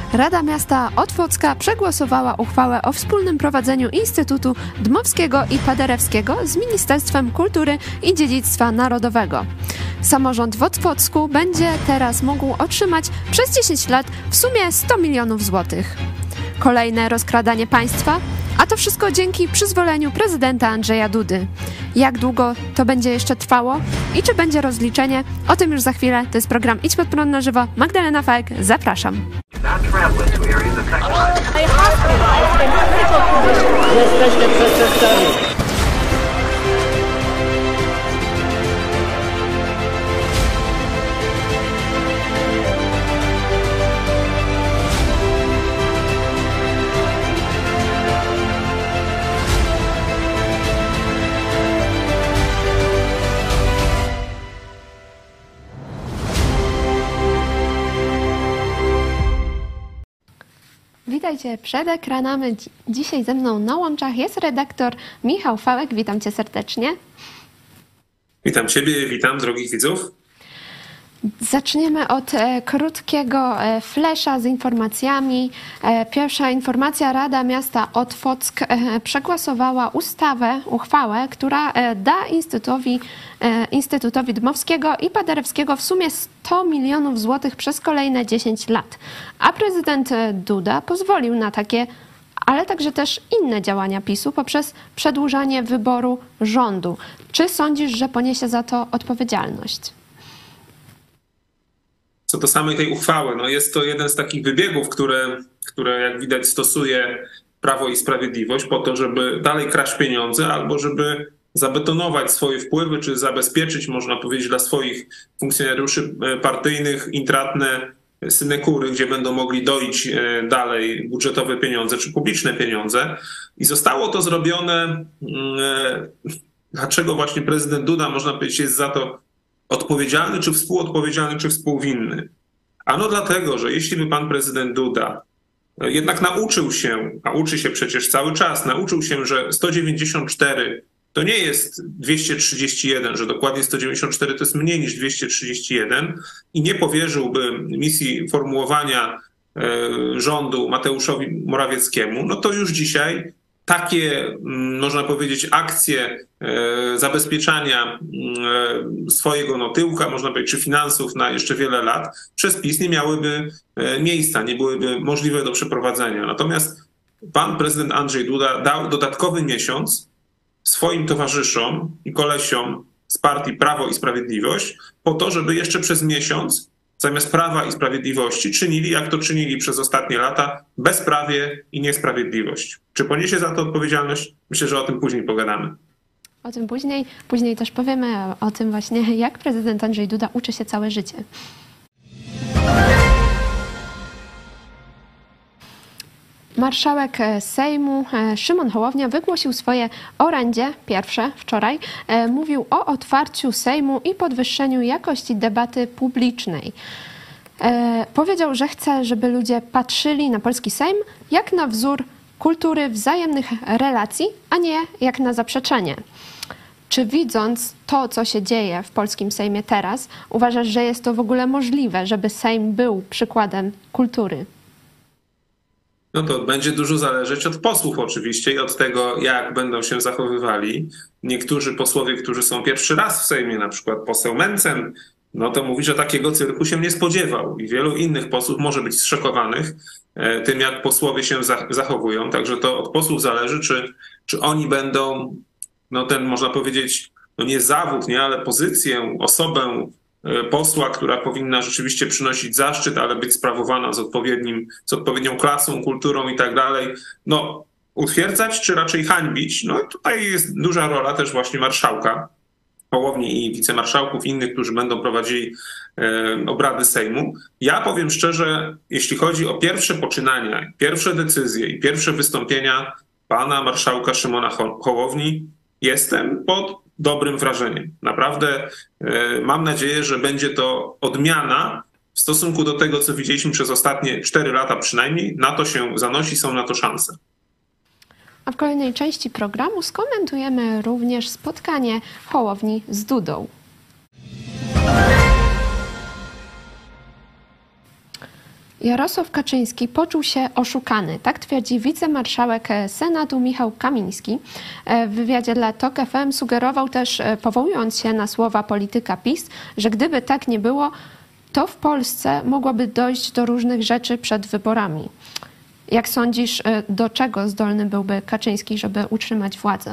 Rada Miasta Otwocka przegłosowała uchwałę o wspólnym prowadzeniu Instytutu Dmowskiego i Paderewskiego z Ministerstwem Kultury i Dziedzictwa Narodowego. Samorząd w Otwocku będzie teraz mógł otrzymać przez 10 lat w sumie 100 milionów złotych. Kolejne rozkradanie państwa, a to wszystko dzięki przyzwoleniu prezydenta Andrzeja Dudy. Jak długo to będzie jeszcze trwało i czy będzie rozliczenie? O tym już za chwilę. To jest program Idź Pod Prąd na żywo. Magdalena Fałek, zapraszam. Jesteśmy przestępcami. Witajcie przed ekranami. Dzisiaj ze mną na łączach jest redaktor Michał Fałek. Witam Cię serdecznie. Witam Ciebie, witam drogich widzów. Zaczniemy od krótkiego flesza z informacjami. Pierwsza informacja. Rada Miasta Otwock przegłosowała uchwałę, która da Instytutowi Dmowskiego i Paderewskiego w sumie 100 milionów złotych przez kolejne 10 lat. A prezydent Duda pozwolił na takie, ale także też inne działania PiS-u poprzez przedłużanie wyboru rządu. Czy sądzisz, że poniesie za to odpowiedzialność? Co do samej tej uchwały, no jest to jeden z takich wybiegów, które jak widać stosuje Prawo i Sprawiedliwość po to, żeby dalej kraść pieniądze albo żeby zabetonować swoje wpływy, czy zabezpieczyć, można powiedzieć, dla swoich funkcjonariuszy partyjnych intratne synekury, gdzie będą mogli doić dalej budżetowe pieniądze, czy publiczne pieniądze. I zostało to zrobione, dlaczego właśnie prezydent Duda, można powiedzieć, jest za to odpowiedzialny, czy współodpowiedzialny, czy współwinny? Ano dlatego, że jeśli by pan prezydent Duda jednak nauczył się, a uczy się przecież cały czas, nauczył się, że 194 to nie jest 231, że dokładnie 194 to jest mniej niż 231 i nie powierzyłby misji formułowania rządu Mateuszowi Morawieckiemu, no to już dzisiaj takie, można powiedzieć, akcje zabezpieczania swojego tyłka, można powiedzieć, czy finansów na jeszcze wiele lat przez PiS nie miałyby miejsca, nie byłyby możliwe do przeprowadzenia. Natomiast pan prezydent Andrzej Duda dał dodatkowy miesiąc swoim towarzyszom i kolesiom z partii Prawo i Sprawiedliwość po to, żeby jeszcze przez miesiąc zamiast Prawa i Sprawiedliwości czynili, jak to czynili przez ostatnie lata, bezprawie i niesprawiedliwość. Czy poniesie za to odpowiedzialność? Myślę, że o tym później pogadamy. O tym później. Później też powiemy o tym właśnie, jak prezydent Andrzej Duda uczy się całe życie. Marszałek Sejmu Szymon Hołownia wygłosił swoje orędzie, pierwsze wczoraj. Mówił o otwarciu Sejmu i podwyższeniu jakości debaty publicznej. Powiedział, że chce, żeby ludzie patrzyli na polski Sejm jak na wzór kultury wzajemnych relacji, a nie jak na zaprzeczenie. Czy widząc to, co się dzieje w polskim Sejmie teraz, uważasz, że jest to w ogóle możliwe, żeby Sejm był przykładem kultury? No to będzie dużo zależeć od posłów oczywiście i od tego, jak będą się zachowywali. Niektórzy posłowie, którzy są pierwszy raz w Sejmie, na przykład poseł Mencen, no to mówi, że takiego cyrku się nie spodziewał. I wielu innych posłów może być zszokowanych tym, jak posłowie się zachowują. Także to od posłów zależy, czy oni będą, no ten można powiedzieć, no nie zawód, nie, ale pozycję, osobę posła, która powinna rzeczywiście przynosić zaszczyt, ale być sprawowana z odpowiednią klasą, kulturą i tak dalej, no utwierdzać czy raczej hańbić? No tutaj jest duża rola też właśnie marszałka Hołowni i wicemarszałków innych, którzy będą prowadzili obrady Sejmu. Ja powiem szczerze, jeśli chodzi o pierwsze poczynania, pierwsze decyzje i pierwsze wystąpienia pana marszałka Szymona Hołowni, jestem pod dobrym wrażeniem. Naprawdę mam nadzieję, że będzie to odmiana w stosunku do tego, co widzieliśmy przez ostatnie 4 lata przynajmniej. Na to się zanosi, są na to szanse. A w kolejnej części programu skomentujemy również spotkanie Hołowni z Dudą. Jarosław Kaczyński poczuł się oszukany. Tak twierdzi wicemarszałek Senatu Michał Kamiński. W wywiadzie dla TOK FM sugerował też, powołując się na słowa polityka PiS, że gdyby tak nie było, to w Polsce mogłoby dojść do różnych rzeczy przed wyborami. Jak sądzisz, do czego zdolny byłby Kaczyński, żeby utrzymać władzę?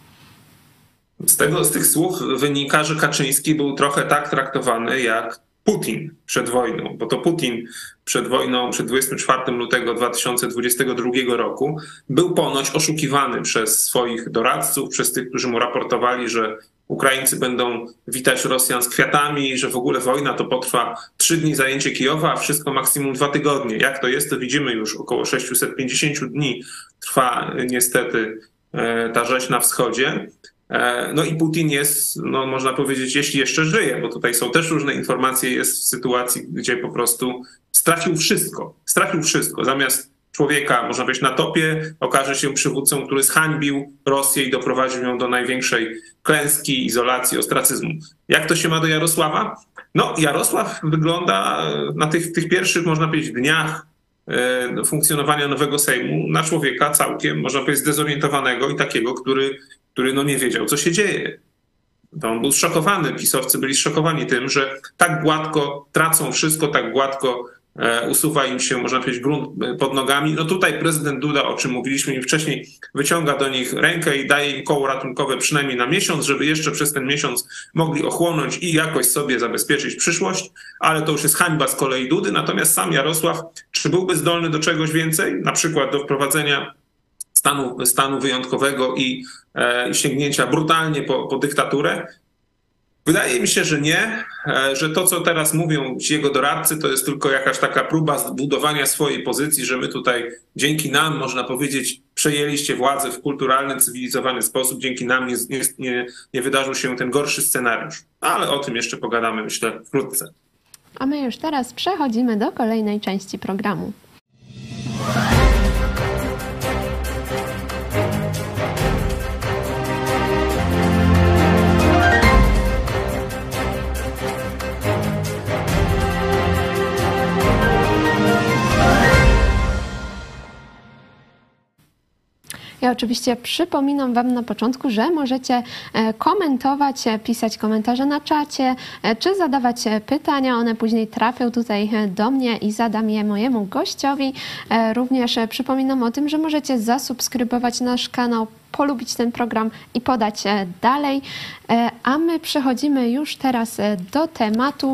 Z tych słów wynika, że Kaczyński był trochę tak traktowany jak Putin przed wojną, bo to Putin przed wojną, przed 24 lutego 2022 roku był ponoć oszukiwany przez swoich doradców, przez tych, którzy mu raportowali, że Ukraińcy będą witać Rosjan z kwiatami, że w ogóle wojna to potrwa 3 dni zajęcie Kijowa, a wszystko maksimum 2 tygodnie. Jak to jest, to widzimy już około 650 dni trwa niestety ta rzeź na wschodzie. No i Putin jest, no można powiedzieć, jeśli jeszcze żyje, bo tutaj są też różne informacje, jest w sytuacji, gdzie po prostu stracił wszystko. Stracił wszystko. Zamiast człowieka, można powiedzieć, na topie, okaże się przywódcą, który zhańbił Rosję i doprowadził ją do największej klęski, izolacji, ostracyzmu. Jak to się ma do Jarosława? No, Jarosław wygląda na tych pierwszych, można powiedzieć, dniach funkcjonowania nowego Sejmu na człowieka całkiem, można powiedzieć, zdezorientowanego i takiego, który no nie wiedział, co się dzieje. To on był zszokowany, pisowcy byli zszokowani tym, że tak gładko tracą wszystko, tak gładko usuwa im się, można powiedzieć, grunt pod nogami. No tutaj prezydent Duda, o czym mówiliśmy im wcześniej, wyciąga do nich rękę i daje im koło ratunkowe przynajmniej na miesiąc, żeby jeszcze przez ten miesiąc mogli ochłonąć i jakoś sobie zabezpieczyć przyszłość, ale to już jest hańba z kolei Dudy. Natomiast sam Jarosław, czy byłby zdolny do czegoś więcej? Na przykład do wprowadzenia stanu wyjątkowego i sięgnięcia brutalnie po dyktaturę? Wydaje mi się, że nie, że to, co teraz mówią ci jego doradcy, to jest tylko jakaś taka próba zbudowania swojej pozycji, że my tutaj dzięki nam, można powiedzieć, przejęliście władzę w kulturalny, cywilizowany sposób, dzięki nam nie wydarzył się ten gorszy scenariusz. Ale o tym jeszcze pogadamy, myślę, wkrótce. A my już teraz przechodzimy do kolejnej części programu. Ja oczywiście przypominam Wam na początku, że możecie komentować, pisać komentarze na czacie, czy zadawać pytania. One później trafią tutaj do mnie i zadam je mojemu gościowi. Również przypominam o tym, że możecie zasubskrybować nasz kanał, polubić ten program i podać dalej. A my przechodzimy już teraz do tematu.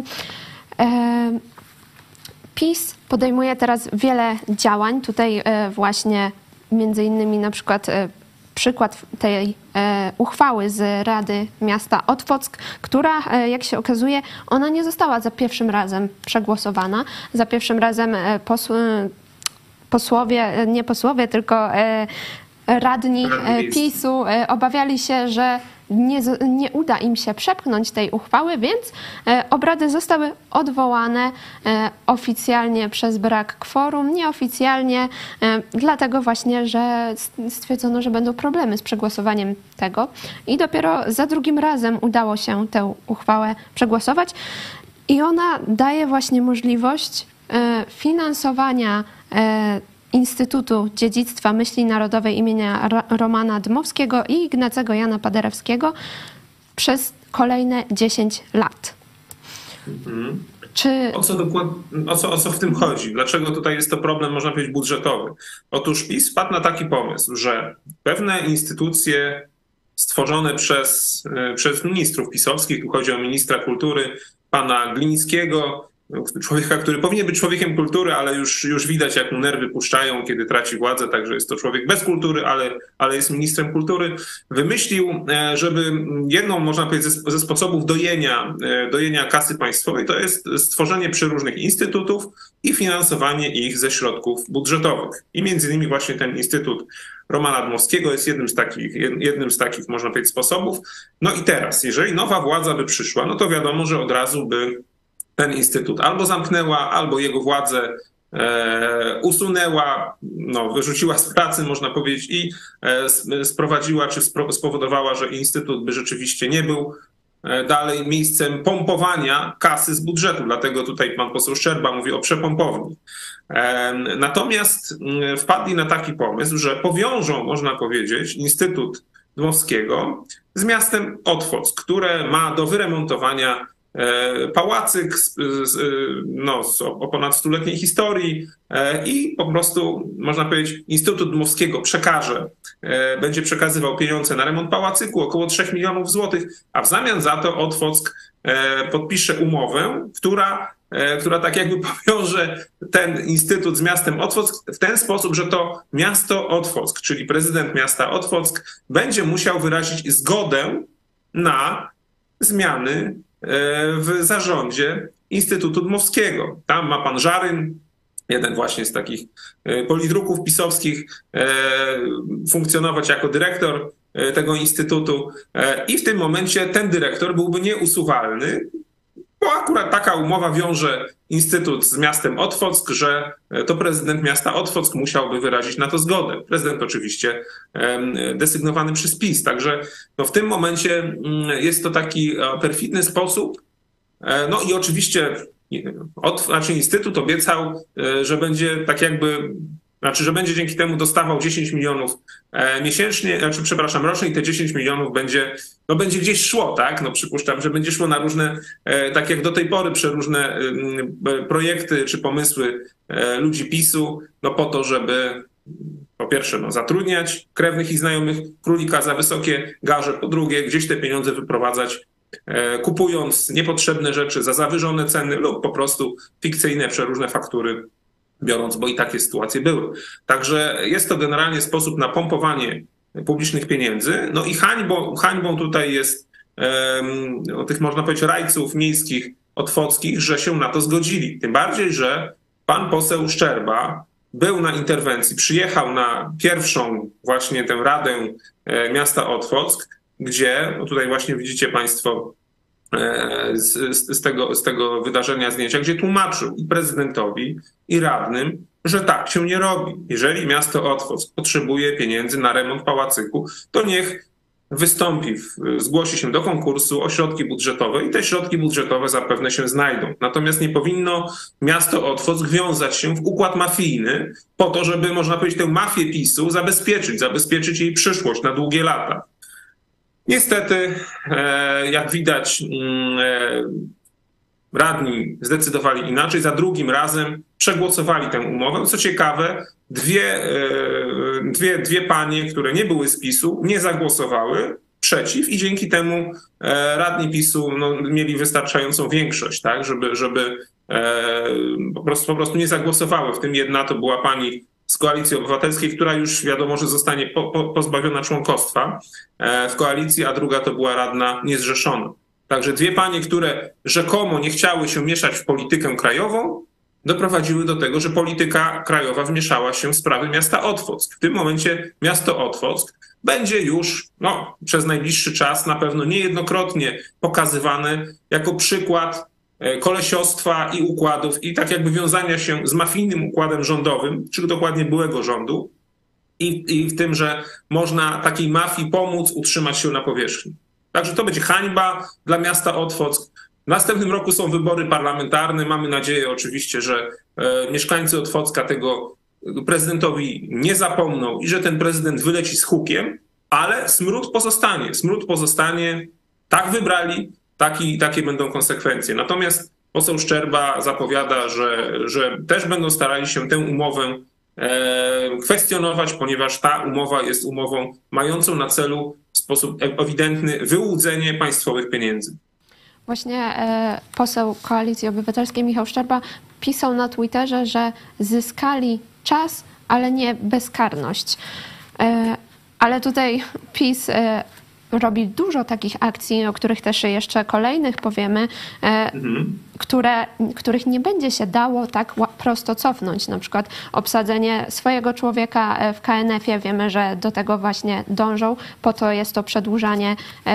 PiS podejmuje teraz wiele działań. Tutaj właśnie między innymi na przykład tej uchwały z Rady Miasta Otwock, która, jak się okazuje, ona nie została za pierwszym razem przegłosowana. Za pierwszym razem tylko radni PiS-u obawiali się, że nie uda im się przepchnąć tej uchwały, więc obrady zostały odwołane oficjalnie przez brak kworum, nieoficjalnie dlatego właśnie, że stwierdzono, że będą problemy z przegłosowaniem tego i dopiero za drugim razem udało się tę uchwałę przegłosować i ona daje właśnie możliwość finansowania Instytutu Dziedzictwa Myśli Narodowej imienia Romana Dmowskiego i Ignacego Jana Paderewskiego przez kolejne 10 lat. Czy... O co w tym chodzi? Dlaczego tutaj jest to problem, można powiedzieć, budżetowy? Otóż PiS wpadł na taki pomysł, że pewne instytucje stworzone przez ministrów pisowskich, tu chodzi o ministra kultury, pana Glińskiego, człowieka, który powinien być człowiekiem kultury, ale już widać, jak mu nerwy puszczają, kiedy traci władzę, także jest to człowiek bez kultury, ale jest ministrem kultury, wymyślił, żeby jedną, można powiedzieć, ze sposobów dojenia kasy państwowej to jest stworzenie przeróżnych instytutów i finansowanie ich ze środków budżetowych. I między innymi właśnie ten Instytut Romana Dmowskiego jest jednym z takich, można powiedzieć, sposobów. No i teraz, jeżeli nowa władza by przyszła, no to wiadomo, że od razu by ten instytut albo zamknęła, albo jego władzę usunęła, wyrzuciła z pracy, można powiedzieć, i sprowadziła, czy spowodowała, że instytut by rzeczywiście nie był dalej miejscem pompowania kasy z budżetu. Dlatego tutaj pan poseł Szczerba mówi o przepompowni. Natomiast wpadli na taki pomysł, że powiążą, można powiedzieć, Instytut Dmowskiego z miastem Otwock, które ma do wyremontowania pałacyk o ponad stuletniej historii i po prostu, można powiedzieć, Instytut Dmowskiego będzie przekazywał pieniądze na remont pałacyku, około 3 milionów złotych, a w zamian za to Otwock podpisze umowę, która tak jakby powiąże ten instytut z miastem Otwock w ten sposób, że to miasto Otwock, czyli prezydent miasta Otwock, będzie musiał wyrazić zgodę na zmiany w zarządzie Instytutu Dmowskiego. Tam ma pan Żaryn, jeden właśnie z takich politruków pisowskich, funkcjonować jako dyrektor tego instytutu i w tym momencie ten dyrektor byłby nieusuwalny, bo akurat taka umowa wiąże Instytut z miastem Otwock, że to prezydent miasta Otwock musiałby wyrazić na to zgodę. Prezydent oczywiście desygnowany przez PiS. Także w tym momencie jest to taki perfidny sposób. No i oczywiście Instytut obiecał, że będzie tak jakby, że będzie dzięki temu dostawał 10 milionów miesięcznie, rocznie i te 10 milionów będzie gdzieś szło, tak? No przypuszczam, że będzie szło na różne, tak jak do tej pory, przeróżne projekty czy pomysły ludzi PiS-u, po to, żeby po pierwsze zatrudniać krewnych i znajomych królika za wysokie garze, po drugie gdzieś te pieniądze wyprowadzać, kupując niepotrzebne rzeczy za zawyżone ceny lub po prostu fikcyjne przeróżne faktury biorąc, bo i takie sytuacje były. Także jest to generalnie sposób na pompowanie publicznych pieniędzy. No i hańbą tutaj jest tych, można powiedzieć, rajców miejskich otwockich, że się na to zgodzili. Tym bardziej, że pan poseł Szczerba był na interwencji, przyjechał na pierwszą właśnie tę Radę Miasta Otwock, gdzie, tutaj właśnie widzicie państwo z tego wydarzenia zdjęcia, gdzie tłumaczył i prezydentowi, i radnym, że tak się nie robi. Jeżeli miasto Otwock potrzebuje pieniędzy na remont pałacyku, to niech wystąpi, zgłosi się do konkursu o środki budżetowe i te środki budżetowe zapewne się znajdą. Natomiast nie powinno miasto Otwock wiązać się w układ mafijny po to, żeby, można powiedzieć, tę mafię PiS-u zabezpieczyć jej przyszłość na długie lata. Niestety, jak widać, radni zdecydowali inaczej. Za drugim razem przegłosowali tę umowę. Co ciekawe, dwie panie, które nie były z PiS-u, nie zagłosowały przeciw i dzięki temu radni PiS-u mieli wystarczającą większość, tak, żeby po prostu nie zagłosowały. W tym jedna to była pani z Koalicji Obywatelskiej, która już wiadomo, że zostanie pozbawiona członkostwa w koalicji, a druga to była radna niezrzeszona. Także dwie panie, które rzekomo nie chciały się mieszać w politykę krajową, doprowadziły do tego, że polityka krajowa wmieszała się w sprawy miasta Otwock. W tym momencie miasto Otwock będzie już przez najbliższy czas na pewno niejednokrotnie pokazywane jako przykład kolesiostwa i układów i tak jakby wiązania się z mafijnym układem rządowym, czy dokładnie byłego rządu i w tym, że można takiej mafii pomóc utrzymać się na powierzchni. Także to będzie hańba dla miasta Otwock. W następnym roku są wybory parlamentarne. Mamy nadzieję oczywiście, że mieszkańcy Otwocka tego prezydentowi nie zapomną i że ten prezydent wyleci z hukiem, ale smród pozostanie. Smród pozostanie. Tak wybrali, takie będą konsekwencje. Natomiast poseł Szczerba zapowiada, że też będą starali się tę umowę kwestionować, ponieważ ta umowa jest umową mającą na celu w sposób ewidentny wyłudzenie państwowych pieniędzy. Właśnie poseł Koalicji Obywatelskiej Michał Szczerba pisał na Twitterze, że zyskali czas, ale nie bezkarność. Ale tutaj PiS robi dużo takich akcji, o których też jeszcze kolejnych powiemy, których nie będzie się dało tak prosto cofnąć. Na przykład obsadzenie swojego człowieka w KNF-ie. Wiemy, że do tego właśnie dążą. Po to jest to przedłużanie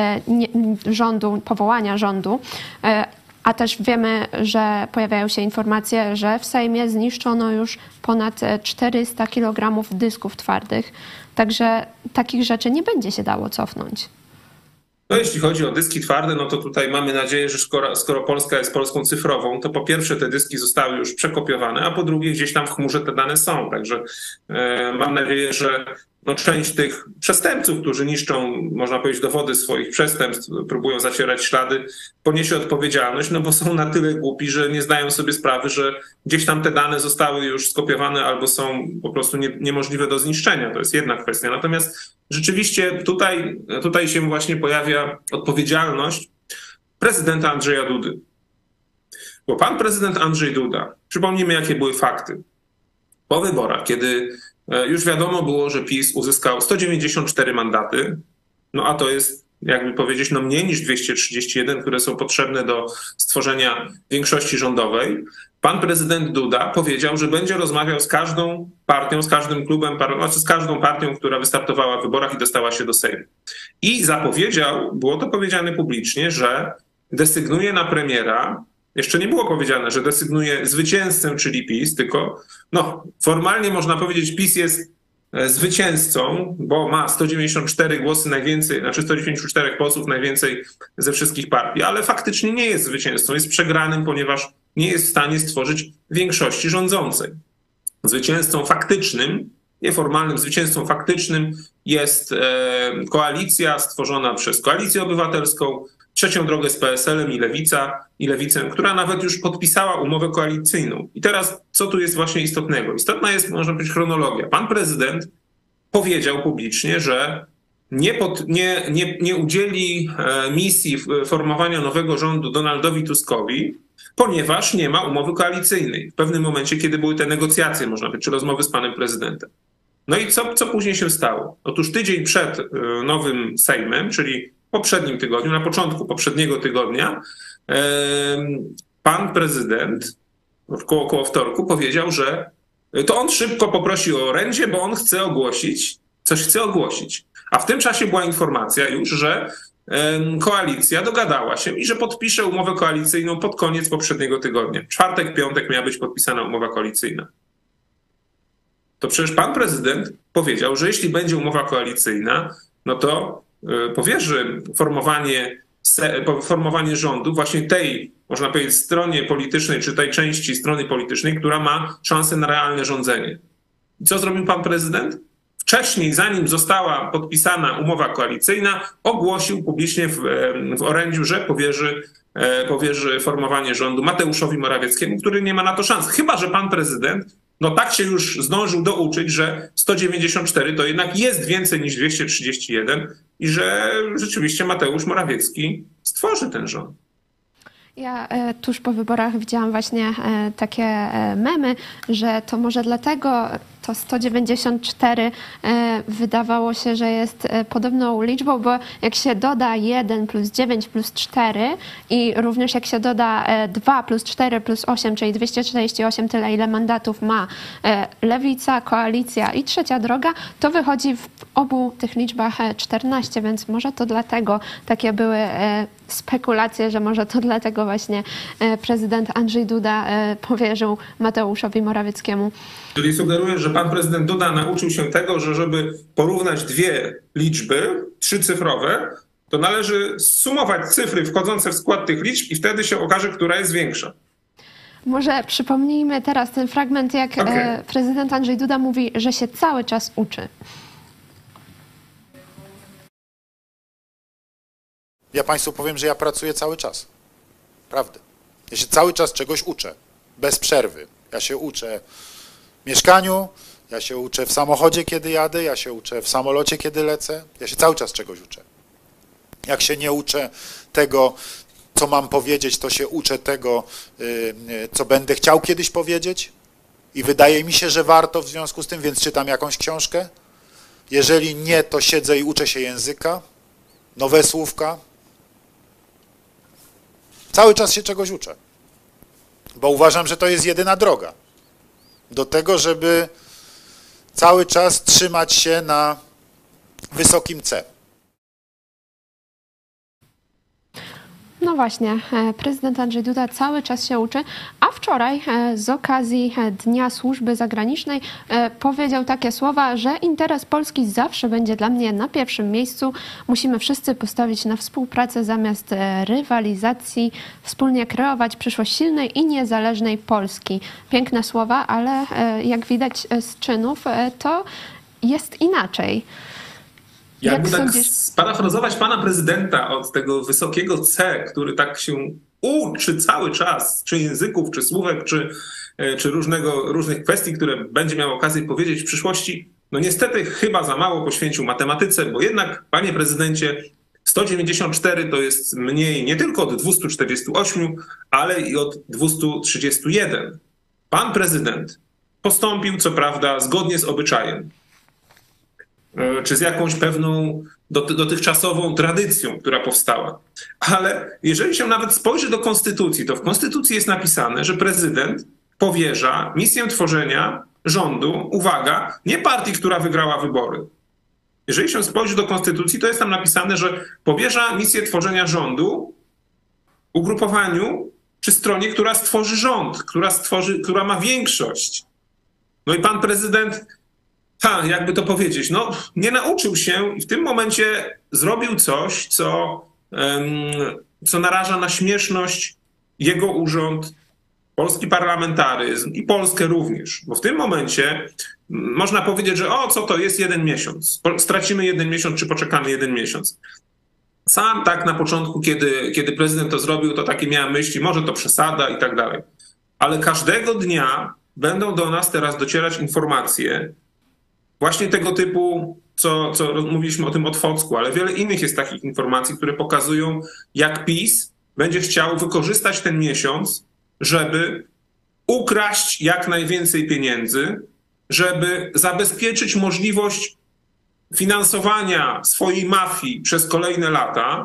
rządu, powołania rządu. A też wiemy, że pojawiają się informacje, że w Sejmie zniszczono już ponad 400 kg dysków twardych. Także takich rzeczy nie będzie się dało cofnąć. No jeśli chodzi o dyski twarde, no to tutaj mamy nadzieję, że skoro Polska jest Polską cyfrową, to po pierwsze te dyski zostały już przekopiowane, a po drugie gdzieś tam w chmurze te dane są. Także mam nadzieję, że no, część tych przestępców, którzy niszczą, można powiedzieć, dowody swoich przestępstw, próbują zacierać ślady, poniesie odpowiedzialność, no bo są na tyle głupi, że nie zdają sobie sprawy, że gdzieś tam te dane zostały już skopiowane albo są po prostu niemożliwe do zniszczenia. To jest jedna kwestia. Natomiast rzeczywiście tutaj się właśnie pojawia odpowiedzialność prezydenta Andrzeja Dudy. Bo pan prezydent Andrzej Duda, przypomnijmy, jakie były fakty. Po wyborach, kiedy już wiadomo było, że PiS uzyskał 194 mandaty, no a to jest, jakby powiedzieć, no mniej niż 231, które są potrzebne do stworzenia większości rządowej. Pan prezydent Duda powiedział, że będzie rozmawiał z każdą partią, z każdym klubem, znaczy z każdą partią, która wystartowała w wyborach i dostała się do Sejmu. I zapowiedział, było to powiedziane publicznie, że desygnuje na premiera. Jeszcze nie było powiedziane, że desygnuje zwycięzcę, czyli PiS, tylko no, formalnie można powiedzieć, PiS jest zwycięzcą, bo ma 194 głosy najwięcej, znaczy 194 posłów najwięcej ze wszystkich partii, ale faktycznie nie jest zwycięzcą, jest przegranym, ponieważ nie jest w stanie stworzyć większości rządzącej. Zwycięzcą faktycznym, nieformalnym zwycięzcą faktycznym jest koalicja stworzona przez Koalicję Obywatelską, Trzecią Drogę z PSL-em i Lewicę, która nawet już podpisała umowę koalicyjną. I teraz, co tu jest właśnie istotnego? Istotna jest, można powiedzieć, chronologia. Pan prezydent powiedział publicznie, że nie udzieli misji formowania nowego rządu Donaldowi Tuskowi, ponieważ nie ma umowy koalicyjnej. W pewnym momencie, kiedy były te negocjacje, można powiedzieć, czy rozmowy z panem prezydentem. No i co później się stało? Otóż tydzień przed nowym Sejmem, czyli w poprzednim tygodniu, na początku poprzedniego tygodnia, pan prezydent koło wtorku powiedział, że to on szybko poprosi o orędzie, bo on chce ogłosić. A w tym czasie była informacja już, że koalicja dogadała się i że podpisze umowę koalicyjną pod koniec poprzedniego tygodnia. Czwartek, piątek miała być podpisana umowa koalicyjna. To przecież pan prezydent powiedział, że jeśli będzie umowa koalicyjna, no to powierzy formowanie rządu właśnie tej, można powiedzieć, stronie politycznej, czy tej części strony politycznej, która ma szansę na realne rządzenie. I co zrobił pan prezydent? Wcześniej, zanim została podpisana umowa koalicyjna, ogłosił publicznie w orędziu, że powierzy formowanie rządu Mateuszowi Morawieckiemu, który nie ma na to szans. Chyba że pan prezydent no tak się już zdążył douczyć, że 194 to jednak jest więcej niż 231 i że rzeczywiście Mateusz Morawiecki stworzy ten rząd. Ja tuż po wyborach widziałam właśnie takie memy, że to może dlatego to 194 wydawało się, że jest podobną liczbą, bo jak się doda 1 plus 9 plus 4 i również jak się doda 2 plus 4 plus 8, czyli 248, tyle ile mandatów ma Lewica, Koalicja i Trzecia Droga, to wychodzi w obu tych liczbach 14, więc może to dlatego takie były spekulacje, że może to dlatego właśnie prezydent Andrzej Duda powierzył Mateuszowi Morawieckiemu. Czyli sugeruję, że pan prezydent Duda nauczył się tego, że żeby porównać dwie liczby, trzycyfrowe, to należy sumować cyfry wchodzące w skład tych liczb i wtedy się okaże, która jest większa. Może przypomnijmy teraz ten fragment, jak prezydent Andrzej Duda mówi, że się cały czas uczy. Ja państwu powiem, że ja pracuję cały czas. Prawda. Ja się cały czas czegoś uczę. Bez przerwy. Ja się uczę w mieszkaniu, ja się uczę w samochodzie, kiedy jadę, ja się uczę w samolocie, kiedy lecę. Ja się cały czas czegoś uczę. Jak się nie uczę tego, co mam powiedzieć, to się uczę tego, co będę chciał kiedyś powiedzieć. I wydaje mi się, że warto w związku z tym, więc czytam jakąś książkę. Jeżeli nie, to siedzę i uczę się języka, nowe słówka. Cały czas się czegoś uczę, bo uważam, że to jest jedyna droga do tego, żeby cały czas trzymać się na wysokim C. No właśnie, prezydent Andrzej Duda cały czas się uczy, a wczoraj z okazji Dnia Służby Zagranicznej powiedział takie słowa, że interes Polski zawsze będzie dla mnie na pierwszym miejscu. Musimy wszyscy postawić na współpracę zamiast rywalizacji, wspólnie kreować przyszłość silnej i niezależnej Polski. Piękne słowa, ale jak widać z czynów, to jest inaczej. Jakby tak sparafrazować pana prezydenta od tego wysokiego C, który tak się uczy cały czas, czy języków, czy słówek, czy różnych kwestii, które będzie miał okazję powiedzieć w przyszłości, no niestety chyba za mało poświęcił matematyce, bo jednak, panie prezydencie, 194 to jest mniej nie tylko od 248, ale i od 231. Pan prezydent postąpił, co prawda, zgodnie z obyczajem, czy z jakąś pewną dotychczasową tradycją, która powstała. Ale jeżeli się nawet spojrzy do konstytucji, to w konstytucji jest napisane, że prezydent powierza misję tworzenia rządu, uwaga, nie partii, która wygrała wybory. Jeżeli się spojrzy do konstytucji, to jest tam napisane, że powierza misję tworzenia rządu ugrupowaniu czy stronie, która stworzy rząd, która ma większość. No i pan prezydent, jakby to powiedzieć, no nie nauczył się i w tym momencie zrobił coś, co naraża na śmieszność jego urząd, polski parlamentaryzm i Polskę również. Bo w tym momencie można powiedzieć, że co to jest 1 miesiąc? Stracimy 1 miesiąc, czy poczekamy 1 miesiąc? Sam tak na początku, kiedy prezydent to zrobił, to takie miałem myśli, może to przesada i tak dalej. Ale każdego dnia będą do nas teraz docierać informacje właśnie tego typu, co mówiliśmy o tym Otwocku, ale wiele innych jest takich informacji, które pokazują, jak PiS będzie chciał wykorzystać ten miesiąc, żeby ukraść jak najwięcej pieniędzy, żeby zabezpieczyć możliwość finansowania swojej mafii przez kolejne lata.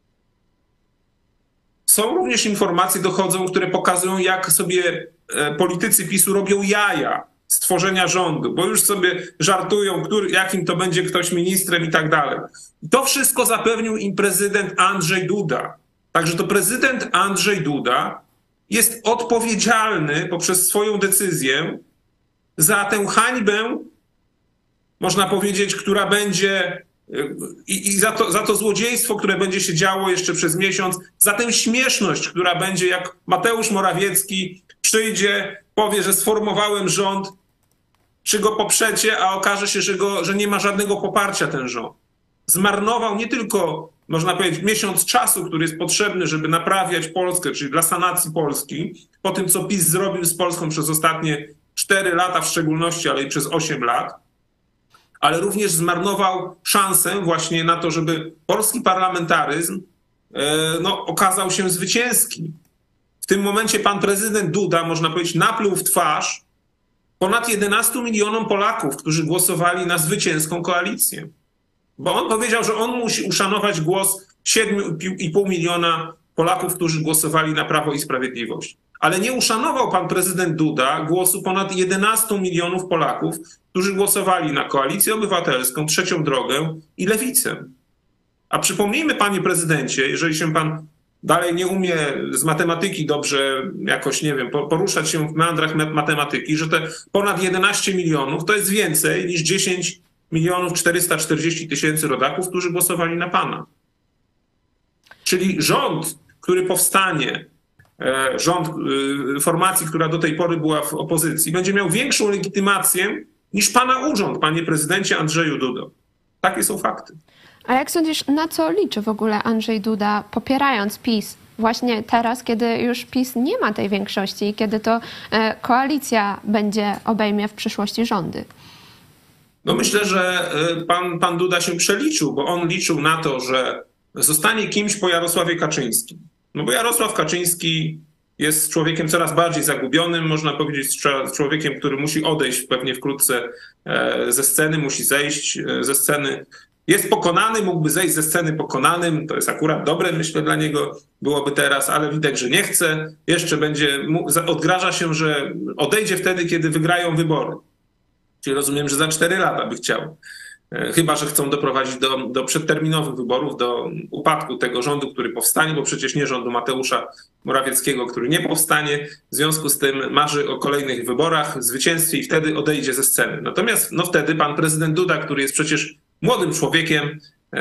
Są również informacje, dochodzą, które pokazują, jak sobie politycy PiS-u robią jaja z tworzenia rządu, bo już sobie żartują, jakim to będzie ktoś ministrem i tak dalej. To wszystko zapewnił im prezydent Andrzej Duda. Także to prezydent Andrzej Duda jest odpowiedzialny poprzez swoją decyzję za tę hańbę, można powiedzieć, która będzie i za to złodziejstwo, które będzie się działo jeszcze przez miesiąc, za tę śmieszność, która będzie, jak Mateusz Morawiecki przyjdzie, powie, że sformowałem rząd, czy go poprzecie, a okaże się, że nie ma żadnego poparcia ten rząd. Zmarnował nie tylko, można powiedzieć, miesiąc czasu, który jest potrzebny, żeby naprawiać Polskę, czyli dla sanacji Polski, po tym, co PiS zrobił z Polską przez ostatnie 4 lata w szczególności, ale i przez 8 lat, ale również zmarnował szansę właśnie na to, żeby polski parlamentaryzm okazał się zwycięski. W tym momencie pan prezydent Duda, można powiedzieć, napluł w twarz ponad 11 milionom Polaków, którzy głosowali na zwycięską koalicję. Bo on powiedział, że on musi uszanować głos 7,5 miliona Polaków, którzy głosowali na Prawo i Sprawiedliwość. Ale nie uszanował pan prezydent Duda głosu ponad 11 milionów Polaków, którzy głosowali na Koalicję Obywatelską, Trzecią Drogę i Lewicę. A przypomnijmy, panie prezydencie, jeżeli się pan dalej nie umie z matematyki dobrze jakoś, nie wiem, poruszać się w meandrach matematyki, że te ponad 11 milionów to jest więcej niż 10 milionów 440 tysięcy rodaków, którzy głosowali na pana. Czyli rząd, który powstanie, rząd formacji, która do tej pory była w opozycji, będzie miał większą legitymację niż pana urząd, panie prezydencie Andrzeju Dudo. Takie są fakty. A jak sądzisz, na co liczy w ogóle Andrzej Duda, popierając PiS właśnie teraz, kiedy już PiS nie ma tej większości i kiedy to koalicja obejmie w przyszłości rządy? No myślę, że pan Duda się przeliczył, bo on liczył na to, że zostanie kimś po Jarosławie Kaczyńskim. No bo Jarosław Kaczyński jest człowiekiem coraz bardziej zagubionym, można powiedzieć, człowiekiem, który musi odejść pewnie wkrótce ze sceny, musi zejść ze sceny. Jest pokonany, mógłby zejść ze sceny pokonanym, to jest akurat dobre, myślę, dla niego byłoby teraz, ale widać, że nie chce. Jeszcze odgraża się, że odejdzie wtedy, kiedy wygrają wybory. Czyli rozumiem, że za 4 lata by chciał. chyba że chcą doprowadzić do przedterminowych wyborów, do upadku tego rządu, który powstanie, bo przecież nie rządu Mateusza Morawieckiego, który nie powstanie. W związku z tym marzy o kolejnych wyborach, zwycięstwie i wtedy odejdzie ze sceny. Natomiast wtedy pan prezydent Duda, który jest przecież młodym człowiekiem,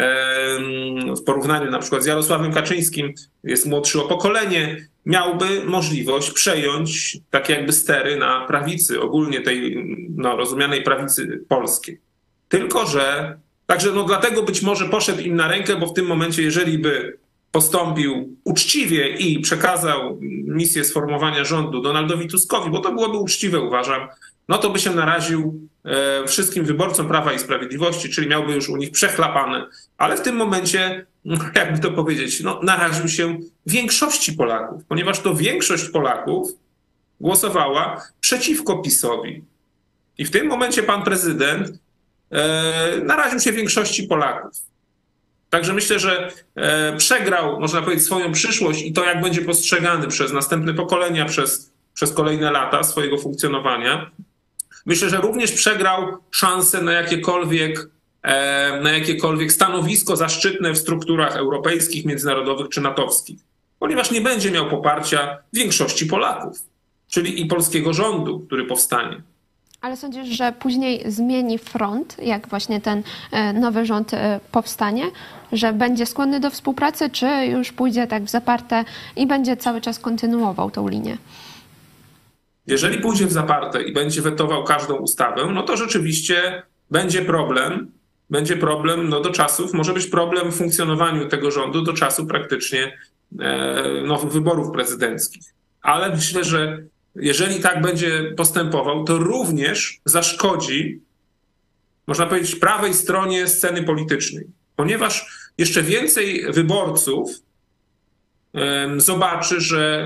w porównaniu na przykład z Jarosławem Kaczyńskim, jest młodszy o pokolenie, miałby możliwość przejąć tak jakby stery na prawicy, ogólnie tej rozumianej prawicy polskiej. Tylko że, dlatego być może poszedł im na rękę, bo w tym momencie, jeżeli by postąpił uczciwie i przekazał misję sformowania rządu Donaldowi Tuskowi, bo to byłoby uczciwe, uważam, no to by się naraził wszystkim wyborcom Prawa i Sprawiedliwości, czyli miałby już u nich przechlapane. Ale w tym momencie, jakby to powiedzieć, naraził się większości Polaków, ponieważ to większość Polaków głosowała przeciwko PiS-owi. I w tym momencie pan prezydent naraził się większości Polaków. Także myślę, że przegrał, można powiedzieć, swoją przyszłość i to, jak będzie postrzegany przez następne pokolenia, przez kolejne lata swojego funkcjonowania. Myślę, że również przegrał szansę na jakiekolwiek stanowisko zaszczytne w strukturach europejskich, międzynarodowych czy natowskich, ponieważ nie będzie miał poparcia większości Polaków, czyli i polskiego rządu, który powstanie. Ale sądzisz, że później zmieni front, jak właśnie ten nowy rząd powstanie, że będzie skłonny do współpracy, czy już pójdzie tak w zaparte i będzie cały czas kontynuował tą linię? Jeżeli pójdzie w zaparte i będzie wetował każdą ustawę, no to rzeczywiście będzie problem. Będzie problem do czasów, może być problem w funkcjonowaniu tego rządu do czasu praktycznie nowych wyborów prezydenckich. Ale myślę, że jeżeli tak będzie postępował, to również zaszkodzi, można powiedzieć, prawej stronie sceny politycznej, ponieważ jeszcze więcej wyborców zobaczy,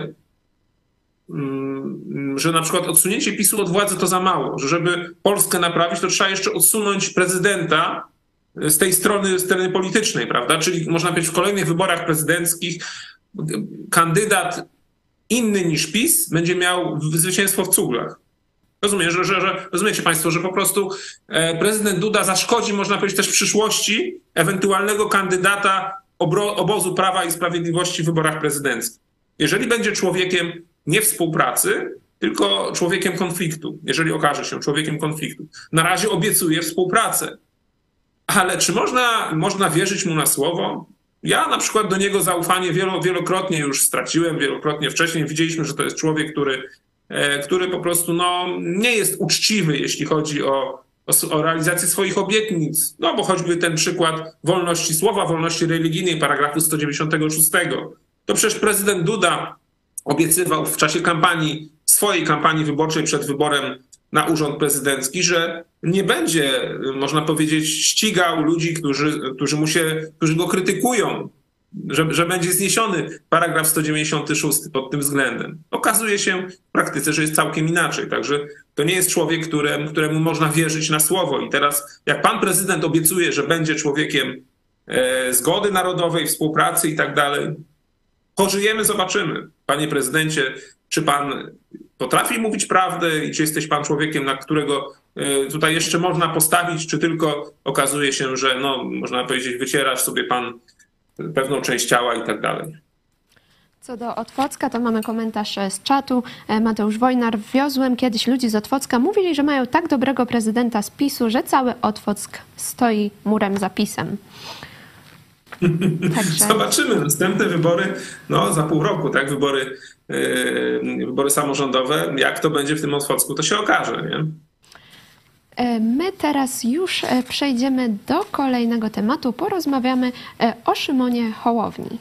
że na przykład odsunięcie PiS-u od władzy to za mało, że żeby Polskę naprawić, to trzeba jeszcze odsunąć prezydenta z tej strony politycznej, prawda? Czyli można powiedzieć, w kolejnych wyborach prezydenckich kandydat inny niż PiS będzie miał zwycięstwo w cuglach. Rozumiem, rozumiecie państwo, że po prostu prezydent Duda zaszkodzi, można powiedzieć, też przyszłości ewentualnego kandydata obozu Prawa i Sprawiedliwości w wyborach prezydenckich. Jeżeli będzie człowiekiem nie współpracy, tylko człowiekiem konfliktu, jeżeli okaże się człowiekiem konfliktu. Na razie obiecuje współpracę. Ale czy można wierzyć mu na słowo? Ja na przykład do niego zaufanie wielokrotnie już straciłem, wielokrotnie wcześniej. Widzieliśmy, że to jest człowiek, który po prostu nie jest uczciwy, jeśli chodzi o realizację swoich obietnic. No bo choćby ten przykład wolności słowa, wolności religijnej, paragrafu 196. To przecież prezydent Duda obiecywał w czasie swojej kampanii wyborczej przed wyborem na urząd prezydencki, że nie będzie, można powiedzieć, ścigał ludzi, którzy go krytykują, że będzie zniesiony paragraf 196 pod tym względem. Okazuje się w praktyce, że jest całkiem inaczej. Także to nie jest człowiek, któremu można wierzyć na słowo. I teraz jak pan prezydent obiecuje, że będzie człowiekiem zgody narodowej, współpracy i tak dalej, pożyjemy, zobaczymy. Panie prezydencie, czy pan potrafi mówić prawdę i czy jesteś pan człowiekiem, na którego tutaj jeszcze można postawić, czy tylko okazuje się, że można powiedzieć, wycierasz sobie pan pewną część ciała i tak dalej. Co do Otwocka, to mamy komentarz z czatu. Mateusz Wojnar: wiozłem kiedyś ludzi z Otwocka, mówili, że mają tak dobrego prezydenta z PiS-u, że cały Otwock stoi murem za PiS-em. Także... Zobaczymy. Następne wybory, za pół roku, tak? Wybory samorządowe. Jak to będzie w tym Otwocku, to się okaże, nie? My teraz już przejdziemy do kolejnego tematu. Porozmawiamy o Szymonie Hołowni.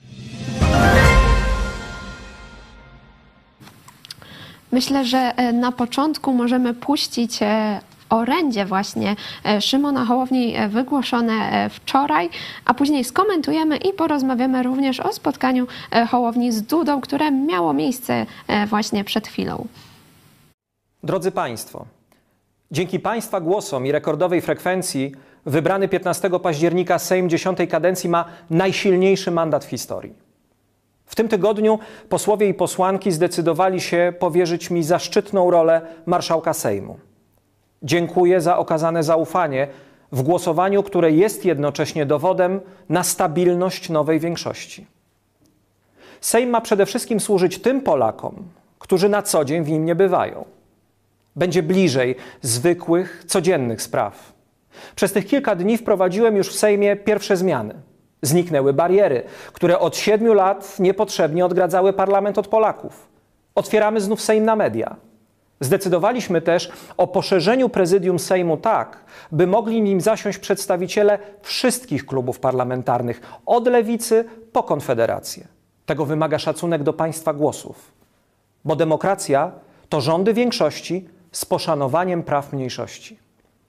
Myślę, że na początku możemy puścić orędzie właśnie Szymona Hołowni wygłoszone wczoraj, a później skomentujemy i porozmawiamy również o spotkaniu Hołowni z Dudą, które miało miejsce właśnie przed chwilą. Drodzy Państwo, dzięki Państwa głosom i rekordowej frekwencji wybrany 15 października Sejm 10. kadencji ma najsilniejszy mandat w historii. W tym tygodniu posłowie i posłanki zdecydowali się powierzyć mi zaszczytną rolę marszałka Sejmu. Dziękuję za okazane zaufanie, w głosowaniu, które jest jednocześnie dowodem na stabilność nowej większości. Sejm ma przede wszystkim służyć tym Polakom, którzy na co dzień w nim nie bywają. Będzie bliżej zwykłych, codziennych spraw. Przez tych kilka dni wprowadziłem już w Sejmie pierwsze zmiany. Zniknęły bariery, które od 7 lat niepotrzebnie odgradzały parlament od Polaków. Otwieramy znów Sejm na media. Zdecydowaliśmy też o poszerzeniu prezydium Sejmu tak, by mogli nim zasiąść przedstawiciele wszystkich klubów parlamentarnych, od lewicy po Konfederację. Tego wymaga szacunek do państwa głosów. Bo demokracja to rządy większości z poszanowaniem praw mniejszości.